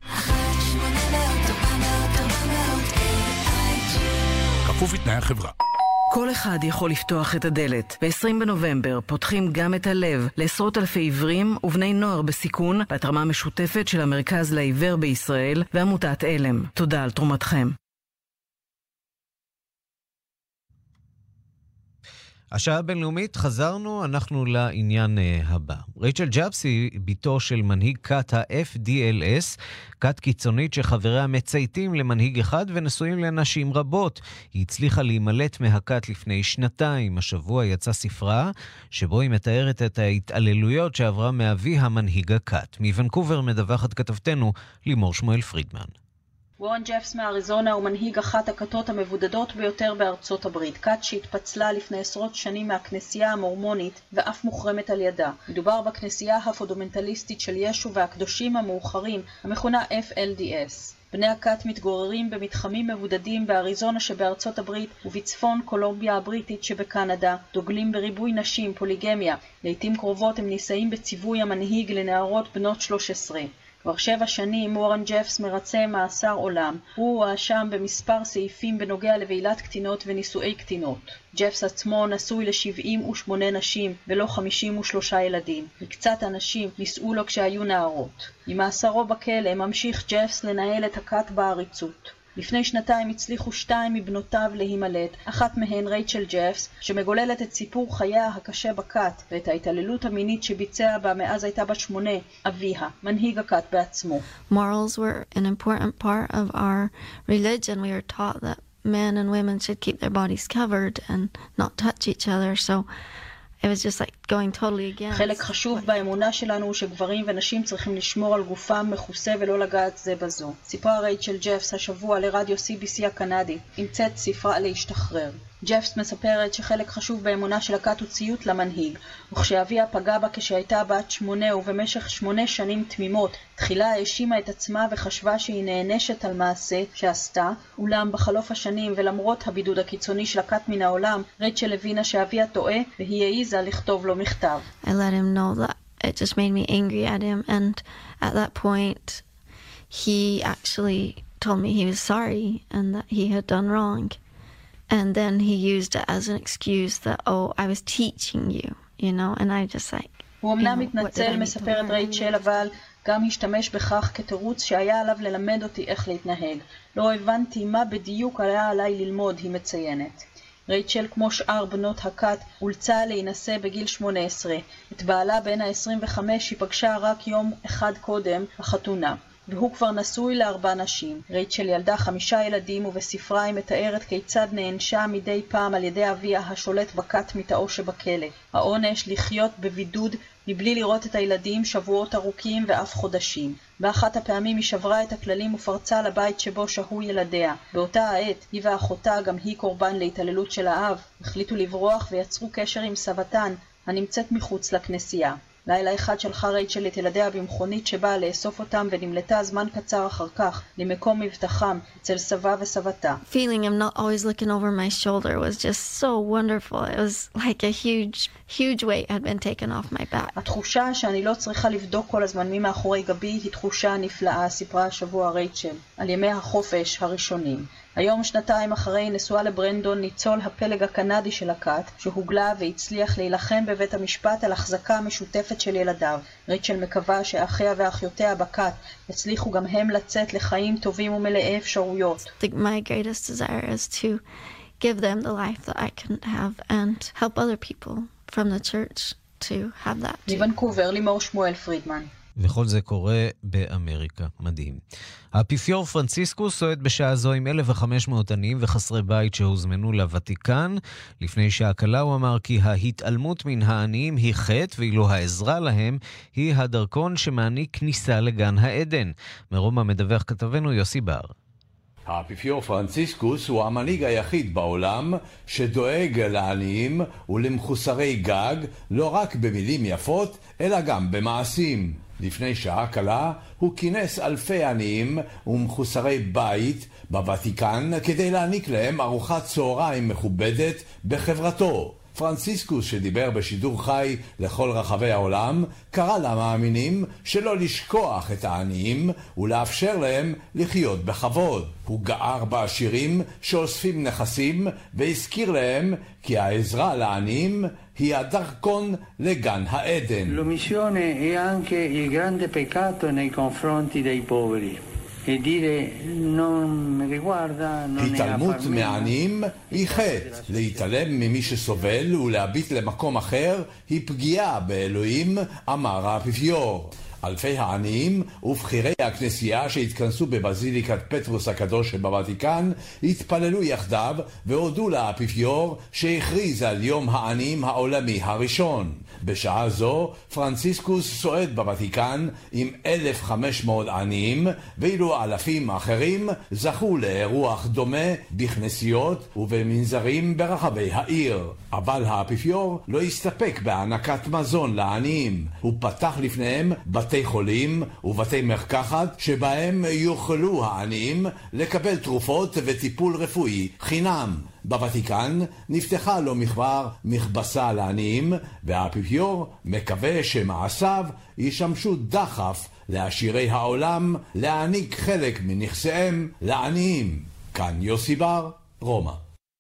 כפוף לתנאי החברה. כל אחד יכול לפתוח את הדלת. ב-עשרים בנובמבר פותחים גם את הלב לעשרות אלפי עיוורים ובני נוער בסיכון בהתרמה משותפת של המרכז לעיוור בישראל ועמותת אלם. תודה על תרומתכם. השעה הבינלאומית, חזרנו, אנחנו לעניין הבא. רייצ'ל ג'אבס היא ביתו של מנהיג כת ה-אף די אל אס, כת קיצונית שחבריה מצייתים למנהיג אחד ונשואים לנשים רבות. היא הצליחה להימלט מהכת לפני שנתיים. השבוע יצא ספרה שבו היא מתארת את ההתעללויות שעברה מאבי המנהיג הכת. מוונקובר מדווחת כתבתנו לימור שמואל פרידמן. וורן ג'פס מאריזונה הוא מנהיג אחת הכתות המבודדות ביותר בארצות הברית, כת שהתפצלה לפני עשרות שנים מהכנסייה המורמונית ואף מוחרמת על ידה. מדובר בכנסייה הפונדמנטליסטית של ישו והקדושים המאוחרים, המכונה אף אל די אס. בני הכת מתגוררים במתחמים מבודדים באריזונה שבארצות הברית ובצפון קולומביה הבריטית שבקנדה, דוגלים בריבוי נשים, פוליגמיה. לעתים קרובות הם נישאים בציווי המנהיג לנערות בנות שלוש עשרה. כבר שבע שנים וורן ג'פס מרצה מאסר עולם. הוא הואשם במספר סעיפים בנוגע לבעילת קטינות ונישואי קטינות. ג'פס עצמו נשוי ל-שבעים ושמונה נשים ולא חמישים ושלושה ילדים. מקצת הנשים נישאו לו כשהיו נערות. ממאסרו בכלא ממשיך ג'פס לנהל את הכת בעריצות. לפני שנתיים הצליחו שתיים מבנותיו להימלט, אחת מהן רייצ'ל ג'פס, שמגוללת את סיפור חייה הקשה בכת ואת ההתעללות המינית שביצע בה מאז הייתה בת שמונה, אביה, מנהיג הכת בעצמו. Morals were an important part of our religion. We were taught that men and women should keep their bodies covered and not touch each other, so it was just like going totally against. חלק חשוב באמונה שלנו הוא שגברים ונשים צריכים לשמור על גופם מכוסה ולא לגעת זה בזו. סיפרה רייצ'ל ג'פס השבוע לרדיו סי בי סי הקנדי, המצאת ספרה להשתחרר. ג'פס מספרת שחלק חשוב באמונה של הכת הוא ציות למנהיג, וכשאביה פגע בה כשהייתה בת שמונה ובמשך שמונה שנים תמימות, תחילה האשימה את עצמה וחשבה שהיא נענשת על מעשה שעשתה, אולם בחלוף השנים ולמרות הבידוד הקיצוני של הכת מן העולם, רייצ'ל הבינה שאביה טועה והיא העיזה לכתוב לו מכתב. I let him know that it just made me angry at him, and at that point he actually told me he was sorry and that he had done wrong. And then he used it as an excuse that, oh, I was teaching you, you know, and I just like... הוא אמנם מתנצל, מספרת רייצ'ל, אבל גם השתמש בכך כתירוץ שהיה עליו ללמד אותי איך להתנהג. לא הבנתי מה בדיוק היה עליי ללמוד, היא מציינת. רייצ'ל, כמו שאר בנות הכת, אולצה להינשא בגיל שמונה עשרה. את בעלה בין ה-עשרים וחמש היא פגשה רק יום אחד קודם, החתונה. והוא כבר נשוי לארבע נשים. רייצ'ל ילדה חמישה ילדים, ובספרה היא מתארת כיצד נענשה מדי פעם על ידי אביה השולט בכת מתאו שבכלא. העונש לחיות בבידוד מבלי לראות את הילדים שבועות ארוכים ואף חודשים. באחת הפעמים היא שברה את הכללים ופרצה לבית שבו שהו ילדיה. באותה העת היא ואחותה, גם היא קורבן להתעללות של האב, החליטו לברוח ויצרו קשר עם סבתן הנמצאת מחוץ לכנסייה. לילה אחד שלחה רייצ'ל את ילדיה במכונית שבאה לאסוף אותם ונמלטה זמן קצר אחר כך למקום מבטחם אצל סבה וסבתה. Feeling him not always looking over my shoulder was just so wonderful. It was like a huge, huge weight had been taken off my back. התחושה שאני לא צריכה לבדוק כל הזמן מי מאחורי גבי היא תחושה נפלאה, סיפרה השבוע רייצ'ל, על ימי החופש הראשונים. היום שנתיים אחרי נשואה לברנדון, ניצול הפלג הקנדי של הכת, שהוגלה והצליח להילחם בבית המשפט על החזקה משותפת של ילדיו. רייצ'ל מקווה שאחיה ואחיותיה בכת יצליחו גם הם לצאת לחיים טובים ומלאי אפשרויות. My greatest desire is to give them the life that I can have and help other people from the church to have that. מוונקובר, לימור שמואל פרידמן. וכל זה קורה באמריקה. מדהים. האפיפיור פרנציסקוס סועד בשעה זו עם אלף וחמש מאות עניים וחסרי בית שהוזמנו לוותיקן. לפני שעה קלה הוא אמר כי ההתעלמות מן העניים היא חטא, ואילו העזרה להם היא הדרכון שמעניק כניסה לגן העדן. מרומא מדווח כתבנו יוסי בר. האפיפיור פרנציסקוס הוא המנהיג היחיד בעולם שדואג לעניים ולמחוסרי גג לא רק במילים יפות אלא גם במעשים. לפני שעה קלה הוא כינס אלפי עניים ומחוסרי בית בוותיקן כדי להעניק להם ארוחת צהריים מכובדת בחברתו. פרנציסקוס, שדיבר בשידור חי לכל רחבי העולם, קרא למאמינים שלא לשכוח את העניים ולאפשר להם לחיות בכבוד. הוא גער בעשירים שאוספים נכסים והזכיר להם כי העזרה לעניים היא הדרכון לגן העדן. L'omissione è anche il grande peccato nei confronti dei poveri. התעלמות מעניים היא חטא. להתעלם ממי שסובל ולהביט למקום אחר היא פגיעה באלוהים, אמר האפיפיור. אלפי העניים ובחירי הכנסייה שהתכנסו בבזיליקת פטרוס הקדוש שבוותיקן התפללו יחדיו והודו לאפיפיור שהכריז על יום העניים העולמי הראשון. בשעה זו פרנציסקוס סועד בוותיקן עם אלף וחמש מאות עניים, ואילו אלפים אחרים זכו לאירוח דומה בכנסיות ובמנזרים ברחבי העיר. אבל האפיפיור לא הסתפק בהענקת מזון לעניים. הוא פתח לפניהם בתי חולים ובתי מרקחת שבהם יוכלו העניים לקבל תרופות וטיפול רפואי חינם. בוותיקן נפתחה לו מכבר מכבסה לעניים, והאפיפיור מקווה שמעשיו ישמשו דחף לעשירי העולם להעניק חלק מנכסיהם לעניים. כאן יוסי בר, רומא.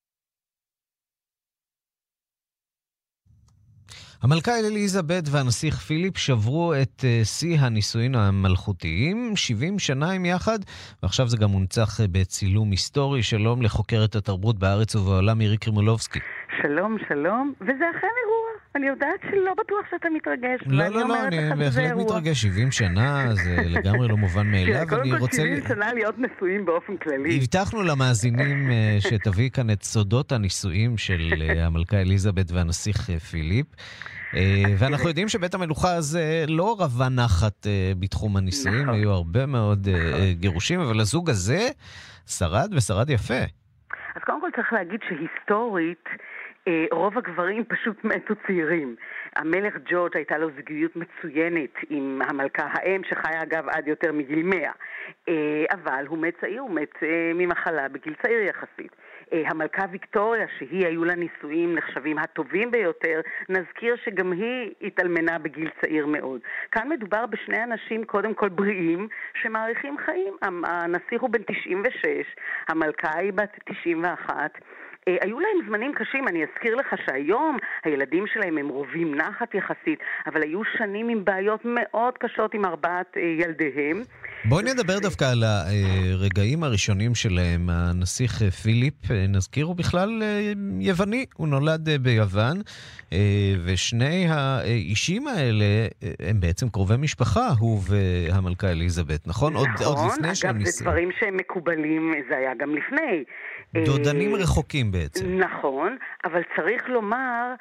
המלכה אליזבת והנסיך פיליפ שברו את שיא הנישואין המלכותיים, שבעים שנה הם יחד, ועכשיו זה גם מונצח בצילום היסטורי. שלום לחוקרת התרבות בארץ ובעולם מירי קרימולובסקי. שלום, שלום, וזה אכן אירוע. אני יודעת שלא בטוח שאתה מתרגש. לא, לא, לא, אני בהחלט מתרגש. שבעים שנה זה לגמרי לא מובן מאליו. קודם כל שבעים שנה להיות נשואים באופן כללי. הבטחנו למאזינים שתביא כאן את סודות הנישואים של המלכה אליזבת והנסיך פיליפ. ואנחנו יודעים שבית המלוכה הזה לא רבה נחת בתחום הנישואים, היו הרבה מאוד גירושים, אבל הזוג הזה שרד ושרד יפה. אז קודם כל צריך להגיד שהיסטורית רוב הגברים פשוט מתו צעירים. המלך ג'ורג' הייתה לו זוגיות מצוינת עם המלכה האם, שחיה אגב עד יותר מגיל מאה. אבל הוא מת צעיר, הוא מת ממחלה בגיל צעיר יחסית. המלכה ויקטוריה, שהיא היו לה נישואים נחשבים הטובים ביותר, נזכיר שגם היא התאלמנה בגיל צעיר מאוד. כאן מדובר בשני אנשים קודם כל בריאים שמאריכים חיים. הנסיך הוא בן תשעים ושש, המלכה היא בת תשעים ואחת. היו להם זמנים קשים, אני אזכיר לך שהיום הילדים שלהם הם רובים נחת יחסית, אבל היו שנים עם בעיות מאוד קשות עם ארבעת ילדיהם. בואי נדבר דווקא על הרגעים הראשונים שלהם. הנסיך פיליפ, נזכיר, הוא בכלל יווני, הוא נולד ביוון, ושני האישים האלה הם בעצם קרובי משפחה, הוא והמלכה אליזבת, נכון? נכון, עוד, עוד לפני שהם אגב, זה דברים שהם מקובלים, זה היה גם לפני. דודנים רחוקים בעצם. נכון, אבל צריך לומר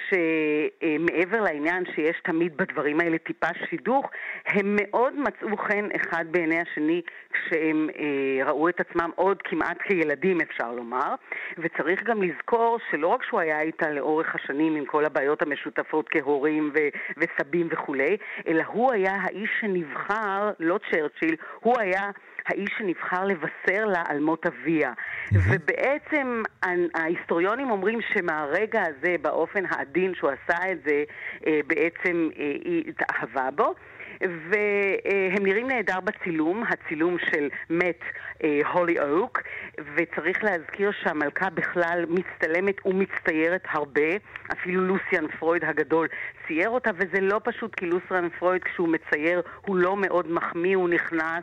שמעבר לעניין שיש תמיד בדברים האלה טיפה שידוך, הם מאוד מצאו חן אחד בעיני השני כשהם ראו את עצמם עוד כמעט כילדים, אפשר לומר. וצריך גם לזכור שלא רק שהוא היה איתה לאורך השנים עם כל הבעיות המשותפות כהורים ו- וסבים וכולי, אלא הוא היה האיש שנבחר, לא צ'רצ'יל, הוא היה האיש שנבחר לבשר לה על מות אביה. Mm-hmm. ובעצם ההיסטוריונים אומרים שמהרגע הזה, באופן העדין שהוא עשה את זה, בעצם היא התאהבה בו. והם נראים נהדר בצילום, הצילום של מת הולי אוק, וצריך להזכיר שהמלכה בכלל מצטלמת ומצטיירת הרבה, אפילו לוסיאן פרויד הגדול צייר אותה, וזה לא פשוט, כי לוסיאן פרויד כשהוא מצייר הוא לא מאוד מחמיא, הוא נכנס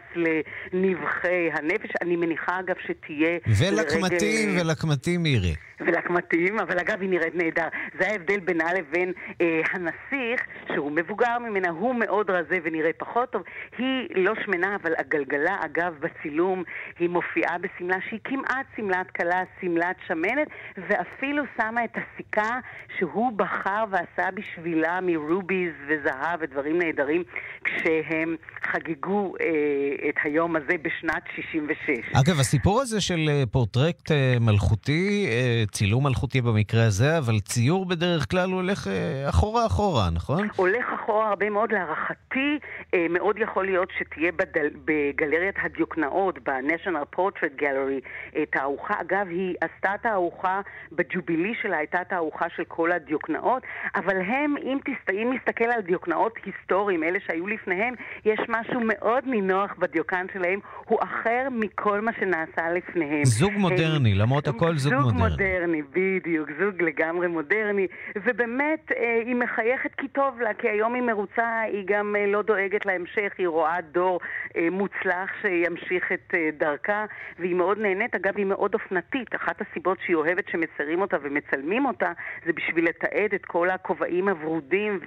לנבחי הנפש. אני מניחה אגב שתהיה ולקמתים לרגל... ולקמתים מירי ולקמתים, אבל אגב היא נראית נהדר. זה ההבדל בינה לבין אה, הנסיך, שהוא מבוגר ממנה, הוא מאוד רזה ונראה פחות טוב. היא לא שמנה, אבל הגלגלה אגב בצילום היא מופיעה בסמלה שהיא כמעט סמלת קלה, סמלת שמנת, ואפילו שמה את הסיכה שהוא בחר ועשה בשבילה מרוביז וזהב ודברים נהדרים, כשהם חגגו אה, את היום הזה בשנת שישים ושש. אגב, הסיפור הזה של פורטרקט אה, מלכותי, אה, צילום מלכותי במקרה הזה, אבל ציור בדרך כלל הוא הולך אה, אחורה אחורה, נכון? הולך אחורה הרבה מאוד. להערכתי, אה, מאוד יכול להיות שתהיה בדל, בגלריית הדיוקנאות, ב-National Portrait Gallery, את הארוחה. אגב, היא עשתה את הארוחה בג'ובילי שלה, הייתה את הארוחה של כל הדיוקנאות, אבל הם, אם תסתיים מסתכל על דיוקנאות היסטוריים, אלה שהיו לפניהם, יש משהו מאוד נינוח בדיוקן שלהם, הוא אחר מכל מה שנעשה לפניהם. זוג מודרני, הם, למרות הכל זוג, זוג מודרני. זוג מודרני, בדיוק, זוג לגמרי מודרני, ובאמת אה, היא מחייכת כי טוב לה, כי היום היא מרוצה, היא גם אה, לא דואגת להמשך, היא רואה דור אה, מוצלח שימשיך את אה, דרכה, והיא מאוד נהנית. אגב, היא מאוד אופנתית. אחת הסיבות שהיא אוהבת שמציירים אותה ומצלמים אותה, זה בשביל לתעד את כל הכובעים הוורודים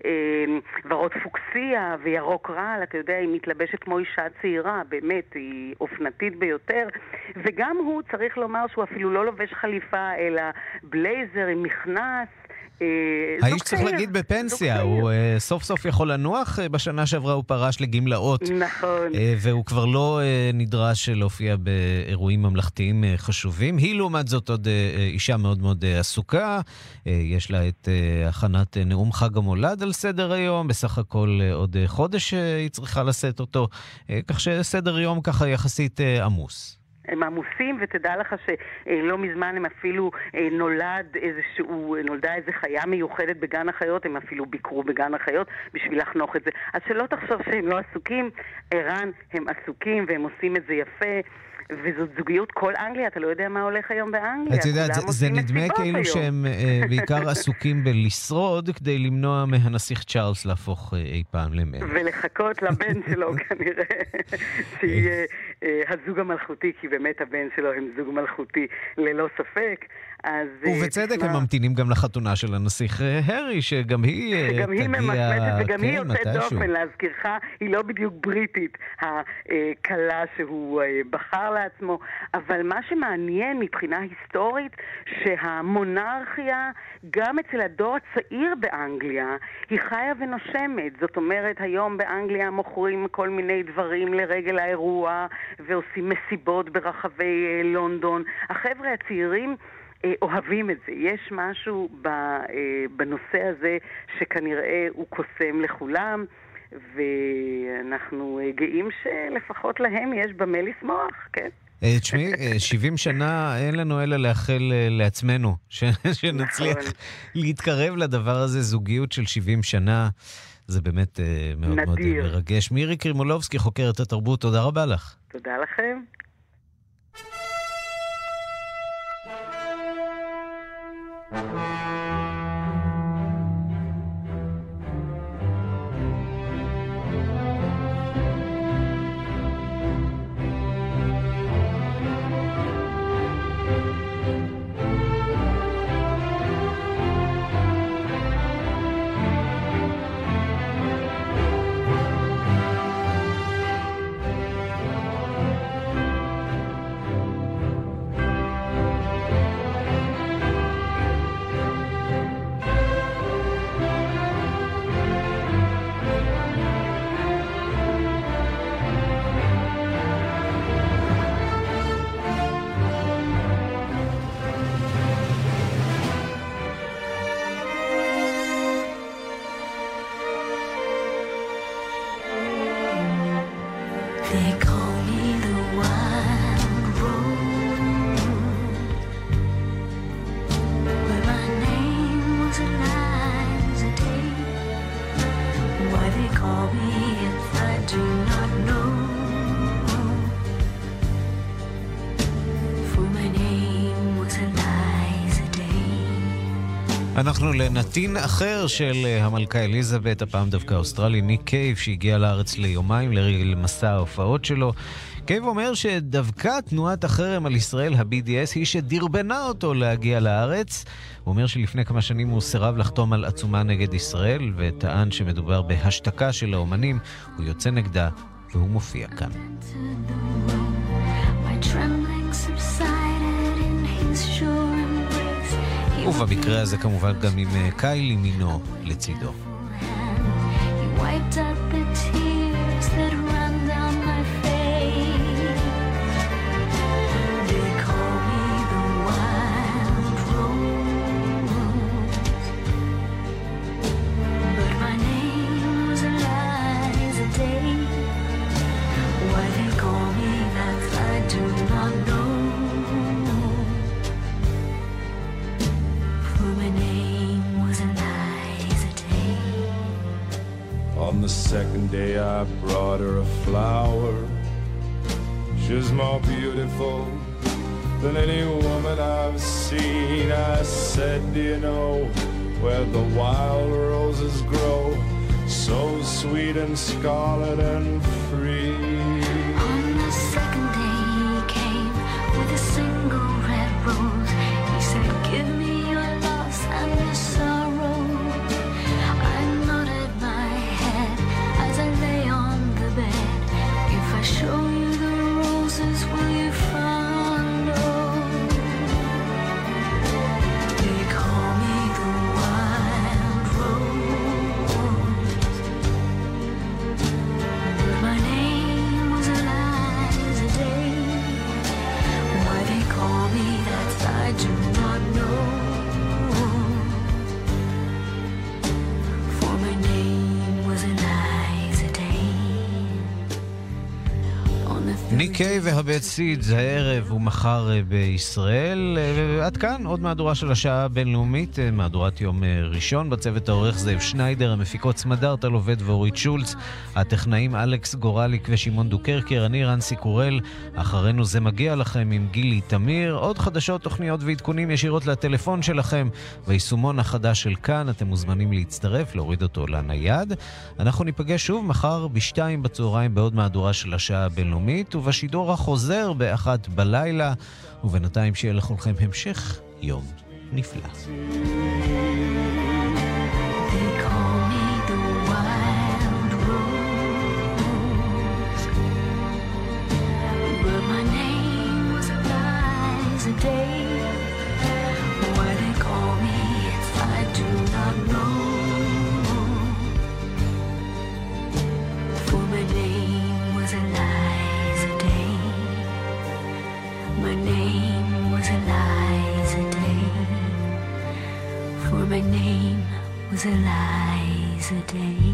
וורוד פוקסיה וירוק רעל. אתה יודע, היא מתלבשת כמו אישה צעירה, באמת, היא אופנתית ביותר. וגם הוא, צריך לומר שהוא אפילו לא לובש חליפה, אלא בלייזר עם מכנס. האיש צריך להגיד בפנסיה, הוא סוף סוף יכול לנוח. בשנה שעברה הוא פרש לגמלאות. נכון. והוא כבר לא נדרש להופיע באירועים ממלכתיים חשובים. היא לעומת זאת עוד אישה מאוד מאוד עסוקה. יש לה את הכנת נאום חג המולד על סדר היום. בסך הכל עוד חודש היא צריכה לשאת אותו. כך שסדר יום ככה יחסית עמוס. הם עמוסים, ותדע לך שלא מזמן הם אפילו נולד איזשהו, נולדה איזו חיה מיוחדת בגן החיות, הם אפילו ביקרו בגן החיות בשביל לחנוך את זה. אז שלא תחשוב שהם לא עסוקים, ערן, הם עסוקים והם עושים את זה יפה. וזאת זוגיות כל אנגליה, אתה לא יודע מה הולך היום באנגליה. את יודעת, זה, זה נדמה כאילו שהם uh, בעיקר עסוקים בלשרוד כדי למנוע מהנסיך צ'ארלס להפוך uh, אי פעם למלך. ולחכות לבן שלו כנראה, שיהיה uh, הזוג המלכותי, כי באמת הבן שלו הם זוג מלכותי ללא ספק. אז, ובצדק תשמע... הם ממתינים גם לחתונה של הנסיך הרי, שגם היא שגם תגיע... היא ממסמסת וגם כן, היא יוצאת דופן, להזכירך, היא לא בדיוק בריטית, הקלה שהוא בחר לעצמו, אבל מה שמעניין מבחינה היסטורית, שהמונרכיה, גם אצל הדור הצעיר באנגליה, היא חיה ונושמת. זאת אומרת, היום באנגליה מוכרים כל מיני דברים לרגל האירוע, ועושים מסיבות ברחבי לונדון. החבר'ה הצעירים אוהבים את זה. יש משהו בנושא הזה שכנראה הוא קוסם לכולם, ואנחנו גאים שלפחות להם יש במה לשמוח, כן? תשמעי, שבעים שנה אין לנו אלא לאחל לעצמנו שנצליח להתקרב לדבר הזה. זוגיות של שבעים שנה, זה באמת מאוד מאוד מרגש. מירי קרימולובסקי, חוקרת התרבות, תודה רבה לך. תודה לכם. אנחנו לנתין אחר של המלכה אליזבת, הפעם דווקא אוסטרלי, ניק קייב, שהגיע לארץ ליומיים למסע ההופעות שלו. קייב אומר שדווקא תנועת החרם על ישראל, ה-בי די אס, היא שדרבנה אותו להגיע לארץ. הוא אומר שלפני כמה שנים הוא סירב לחתום על עצומה נגד ישראל, וטען שמדובר בהשתקה של האומנים. הוא יוצא נגדה, והוא מופיע כאן. ובמקרה הזה כמובן גם עם קיילי מינו לצידו. On the second day I brought her a flower. She's more beautiful than any woman I've seen. I said, do you know where the wild roses grow, so sweet and scarlet and free? On the second day he came with a single red rose. He said, give me your loss and your sorrow. I nodded my head as I lay on the bed. If I show you the roses, will you follow? They call me the wild rose, but my name was Eliza Day. Why they call me that I do not know, for my name was Eliza Day. ניק קייב והבית סידס הערב ומחר בישראל. עד כאן עוד מהדורה של השעה הבינלאומית, מהדורת יום ראשון. בצוות העורך זאב שניידר, המפיקות סמדארט אלובד ואורית שולץ, הטכנאים אלכס גורליק ושמעון דוקרקר, אני רנסי קורל. אחרינו זה מגיע לכם עם גילי תמיר. עוד חדשות, תוכניות ועדכונים ישירות לטלפון שלכם ויישומון החדש של כאן. אתם מוזמנים להצטרף, להוריד אותו לנייד. אנחנו ניפגש שוב מחר בשתיים בצהריים בעוד מהדורה של השעה הבינלאומית, ובשידור החוזר באחת בלילה. ובינתיים שיהיה לכולכם המשך יום נפלא. They call me the wild rose, but my name was Eliza Day. Why they call me, I do not know, for my name was Eliza Day. My name was Eliza Day, for my name was Eliza Day.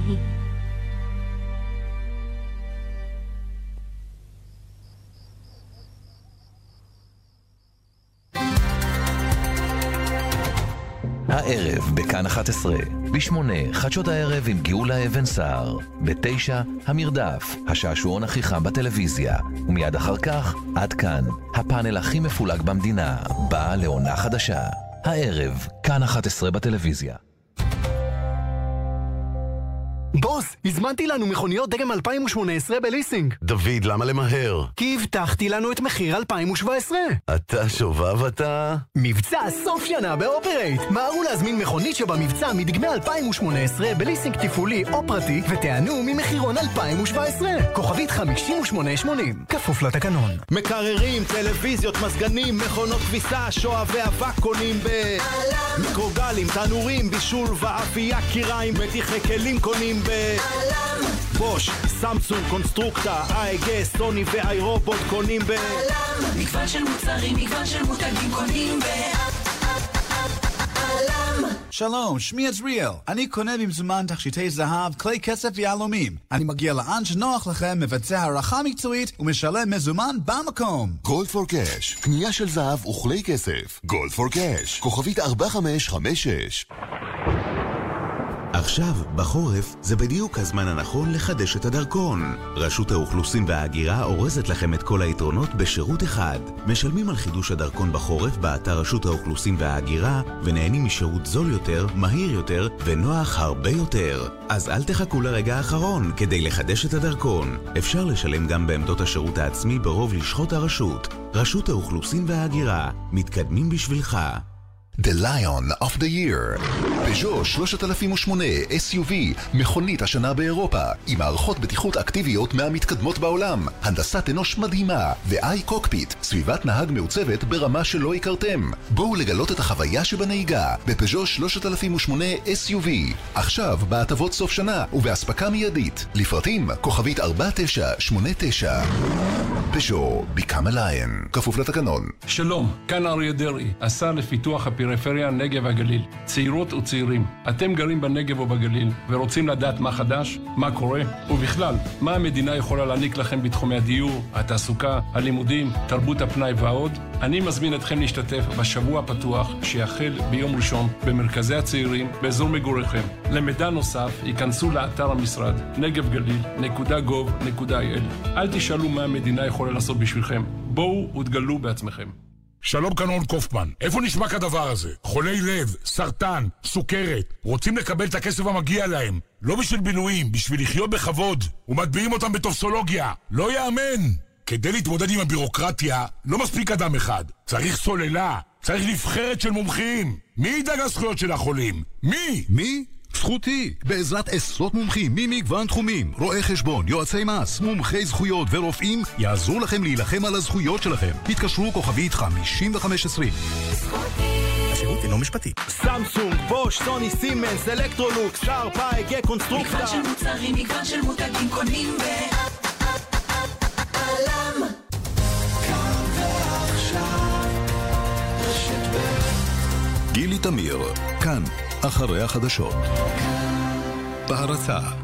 הערב בכאן אחת עשרה, בשמונה חדשות הערב עם גאולה אבן סער, בתשע המרדף, השעשועון הכי חם בטלוויזיה, ומיד אחר כך עד כאן, הפאנל הכי מפולג במדינה, בא לעונה חדשה. הערב, כאן אחת עשרה בטלוויזיה. בוס, הזמנתי לנו מכוניות דגם אלפיים שמונה עשרה בליסינג. דוד, למה למהר? כי הבטחתי לנו את מחיר אלפיים שבע עשרה. אתה שובב אתה? מבצע סוף שנה באופרייט. מהרו להזמין מכונית שבמבצע מדגמי אלפיים שמונה עשרה בליסינג תפעולי או פרטי, ותענו ממחירון אלפיים שבע עשרה. כוכבית חמישים ושמונה שמונים. כפוף לתקנון. מקררים, טלוויזיות, מזגנים, מכונות כביסה, שואבי אבק קונים ב... מיקרוגלים, תנורים, בישול ואפייה, קיריים, מתיחי כלים קונים ב... בוש, סמסונג, קונסטרוקטה, אייגה, סוני ואיי רובוט קונים ב... מגוון של מוצרים, מגוון של מותגים קונים ב... שלום, שמי עזריאל. אני קונה במזומן תכשיטי זהב, כלי כסף ויהלומים. אני מגיע לאן שנוח לכם, מבצע הערכה מקצועית ומשלם מזומן במקום. גולד פור קאש, קנייה של זהב וכלי כסף. גולד פור קאש, כוכבית ארבע חמש חמש שש. עכשיו, בחורף, זה בדיוק הזמן הנכון לחדש את הדרכון. רשות האוכלוסין וההגירה אורזת לכם את כל היתרונות בשירות אחד. משלמים על חידוש הדרכון בחורף באתר רשות האוכלוסין וההגירה, ונהנים משירות זול יותר, מהיר יותר, ונוח הרבה יותר. אז אל תחכו לרגע האחרון כדי לחדש את הדרכון. אפשר לשלם גם בעמדות השירות העצמי ברוב לשכות הרשות. רשות האוכלוסין וההגירה, מתקדמים בשבילך. The Lion of the Year. פז'ו שלושת אלפים ושמונה אס יו וי, מכונית השנה באירופה, עם מערכות בטיחות אקטיביות מהמתקדמות בעולם, הנדסת אנוש מדהימה, ו-איי קוקפיט, סביבת נהג מעוצבת ברמה שלא הכרתם. בואו לגלות את החוויה שבנהיגה בפז'ו שלושת אלפים ושמונה אס יו וי. עכשיו בהטבות סוף שנה ובהספקה מיידית. לפרטים כוכבית ארבע תשע שמונה תשע. פז'ו, Become a Lion. כפוף לתקנון. שלום, כאן אריה דרעי, השר לפיתוח הפריפריה, נגב והגליל. צעירות וצעירים, אתם גרים בנגב או בגליל ורוצים לדעת מה חדש, מה קורה, ובכלל, מה המדינה יכולה להעניק לכם בתחומי הדיור, התעסוקה, הלימודים, תרבות הפנאי ועוד? אני מזמין אתכם להשתתף בשבוע הפתוח שיחל ביום ראשון במרכזי הצעירים באזור מגוריכם. למידע נוסף, ייכנסו לאתר המשרד נגב גליל נקודה גוב נקודה איי אל. אל תשאלו מה המדינה יכולה לעשות בשבילכם. בואו ותגלו בעצמכם. שלום, קנון קופמן. איפה נשמע כדבר הזה? חולי לב, סרטן, סוכרת, רוצים לקבל את הכסף המגיע להם. לא בשביל בילויים, בשביל לחיות בכבוד. ומטביעים אותם בטופסולוגיה. לא יאמן! כדי להתמודד עם הבירוקרטיה, לא מספיק אדם אחד. צריך סוללה, צריך נבחרת של מומחים. מי ידאג לזכויות של החולים? מי? מי? זכותי, בעזרת עשרות מומחים ממגוון תחומים, רואי חשבון, יועצי מס, מומחי זכויות ורופאים, יעזרו לכם להילחם על הזכויות שלכם. התקשרו כוכבית חמישים וחמש עשרים. השירות אינו משפטי. סמסונג, בוש, סוני, סימנס, אלקטרולוקס, שרפה, הגה, קונסטרוקטה. מגוון של מוצרים, מגוון של מותגים קונים ב... עלם. כאן ועכשיו, רשת ב'. גילי תמיר, כאן, אחרי החדשות. בהרצה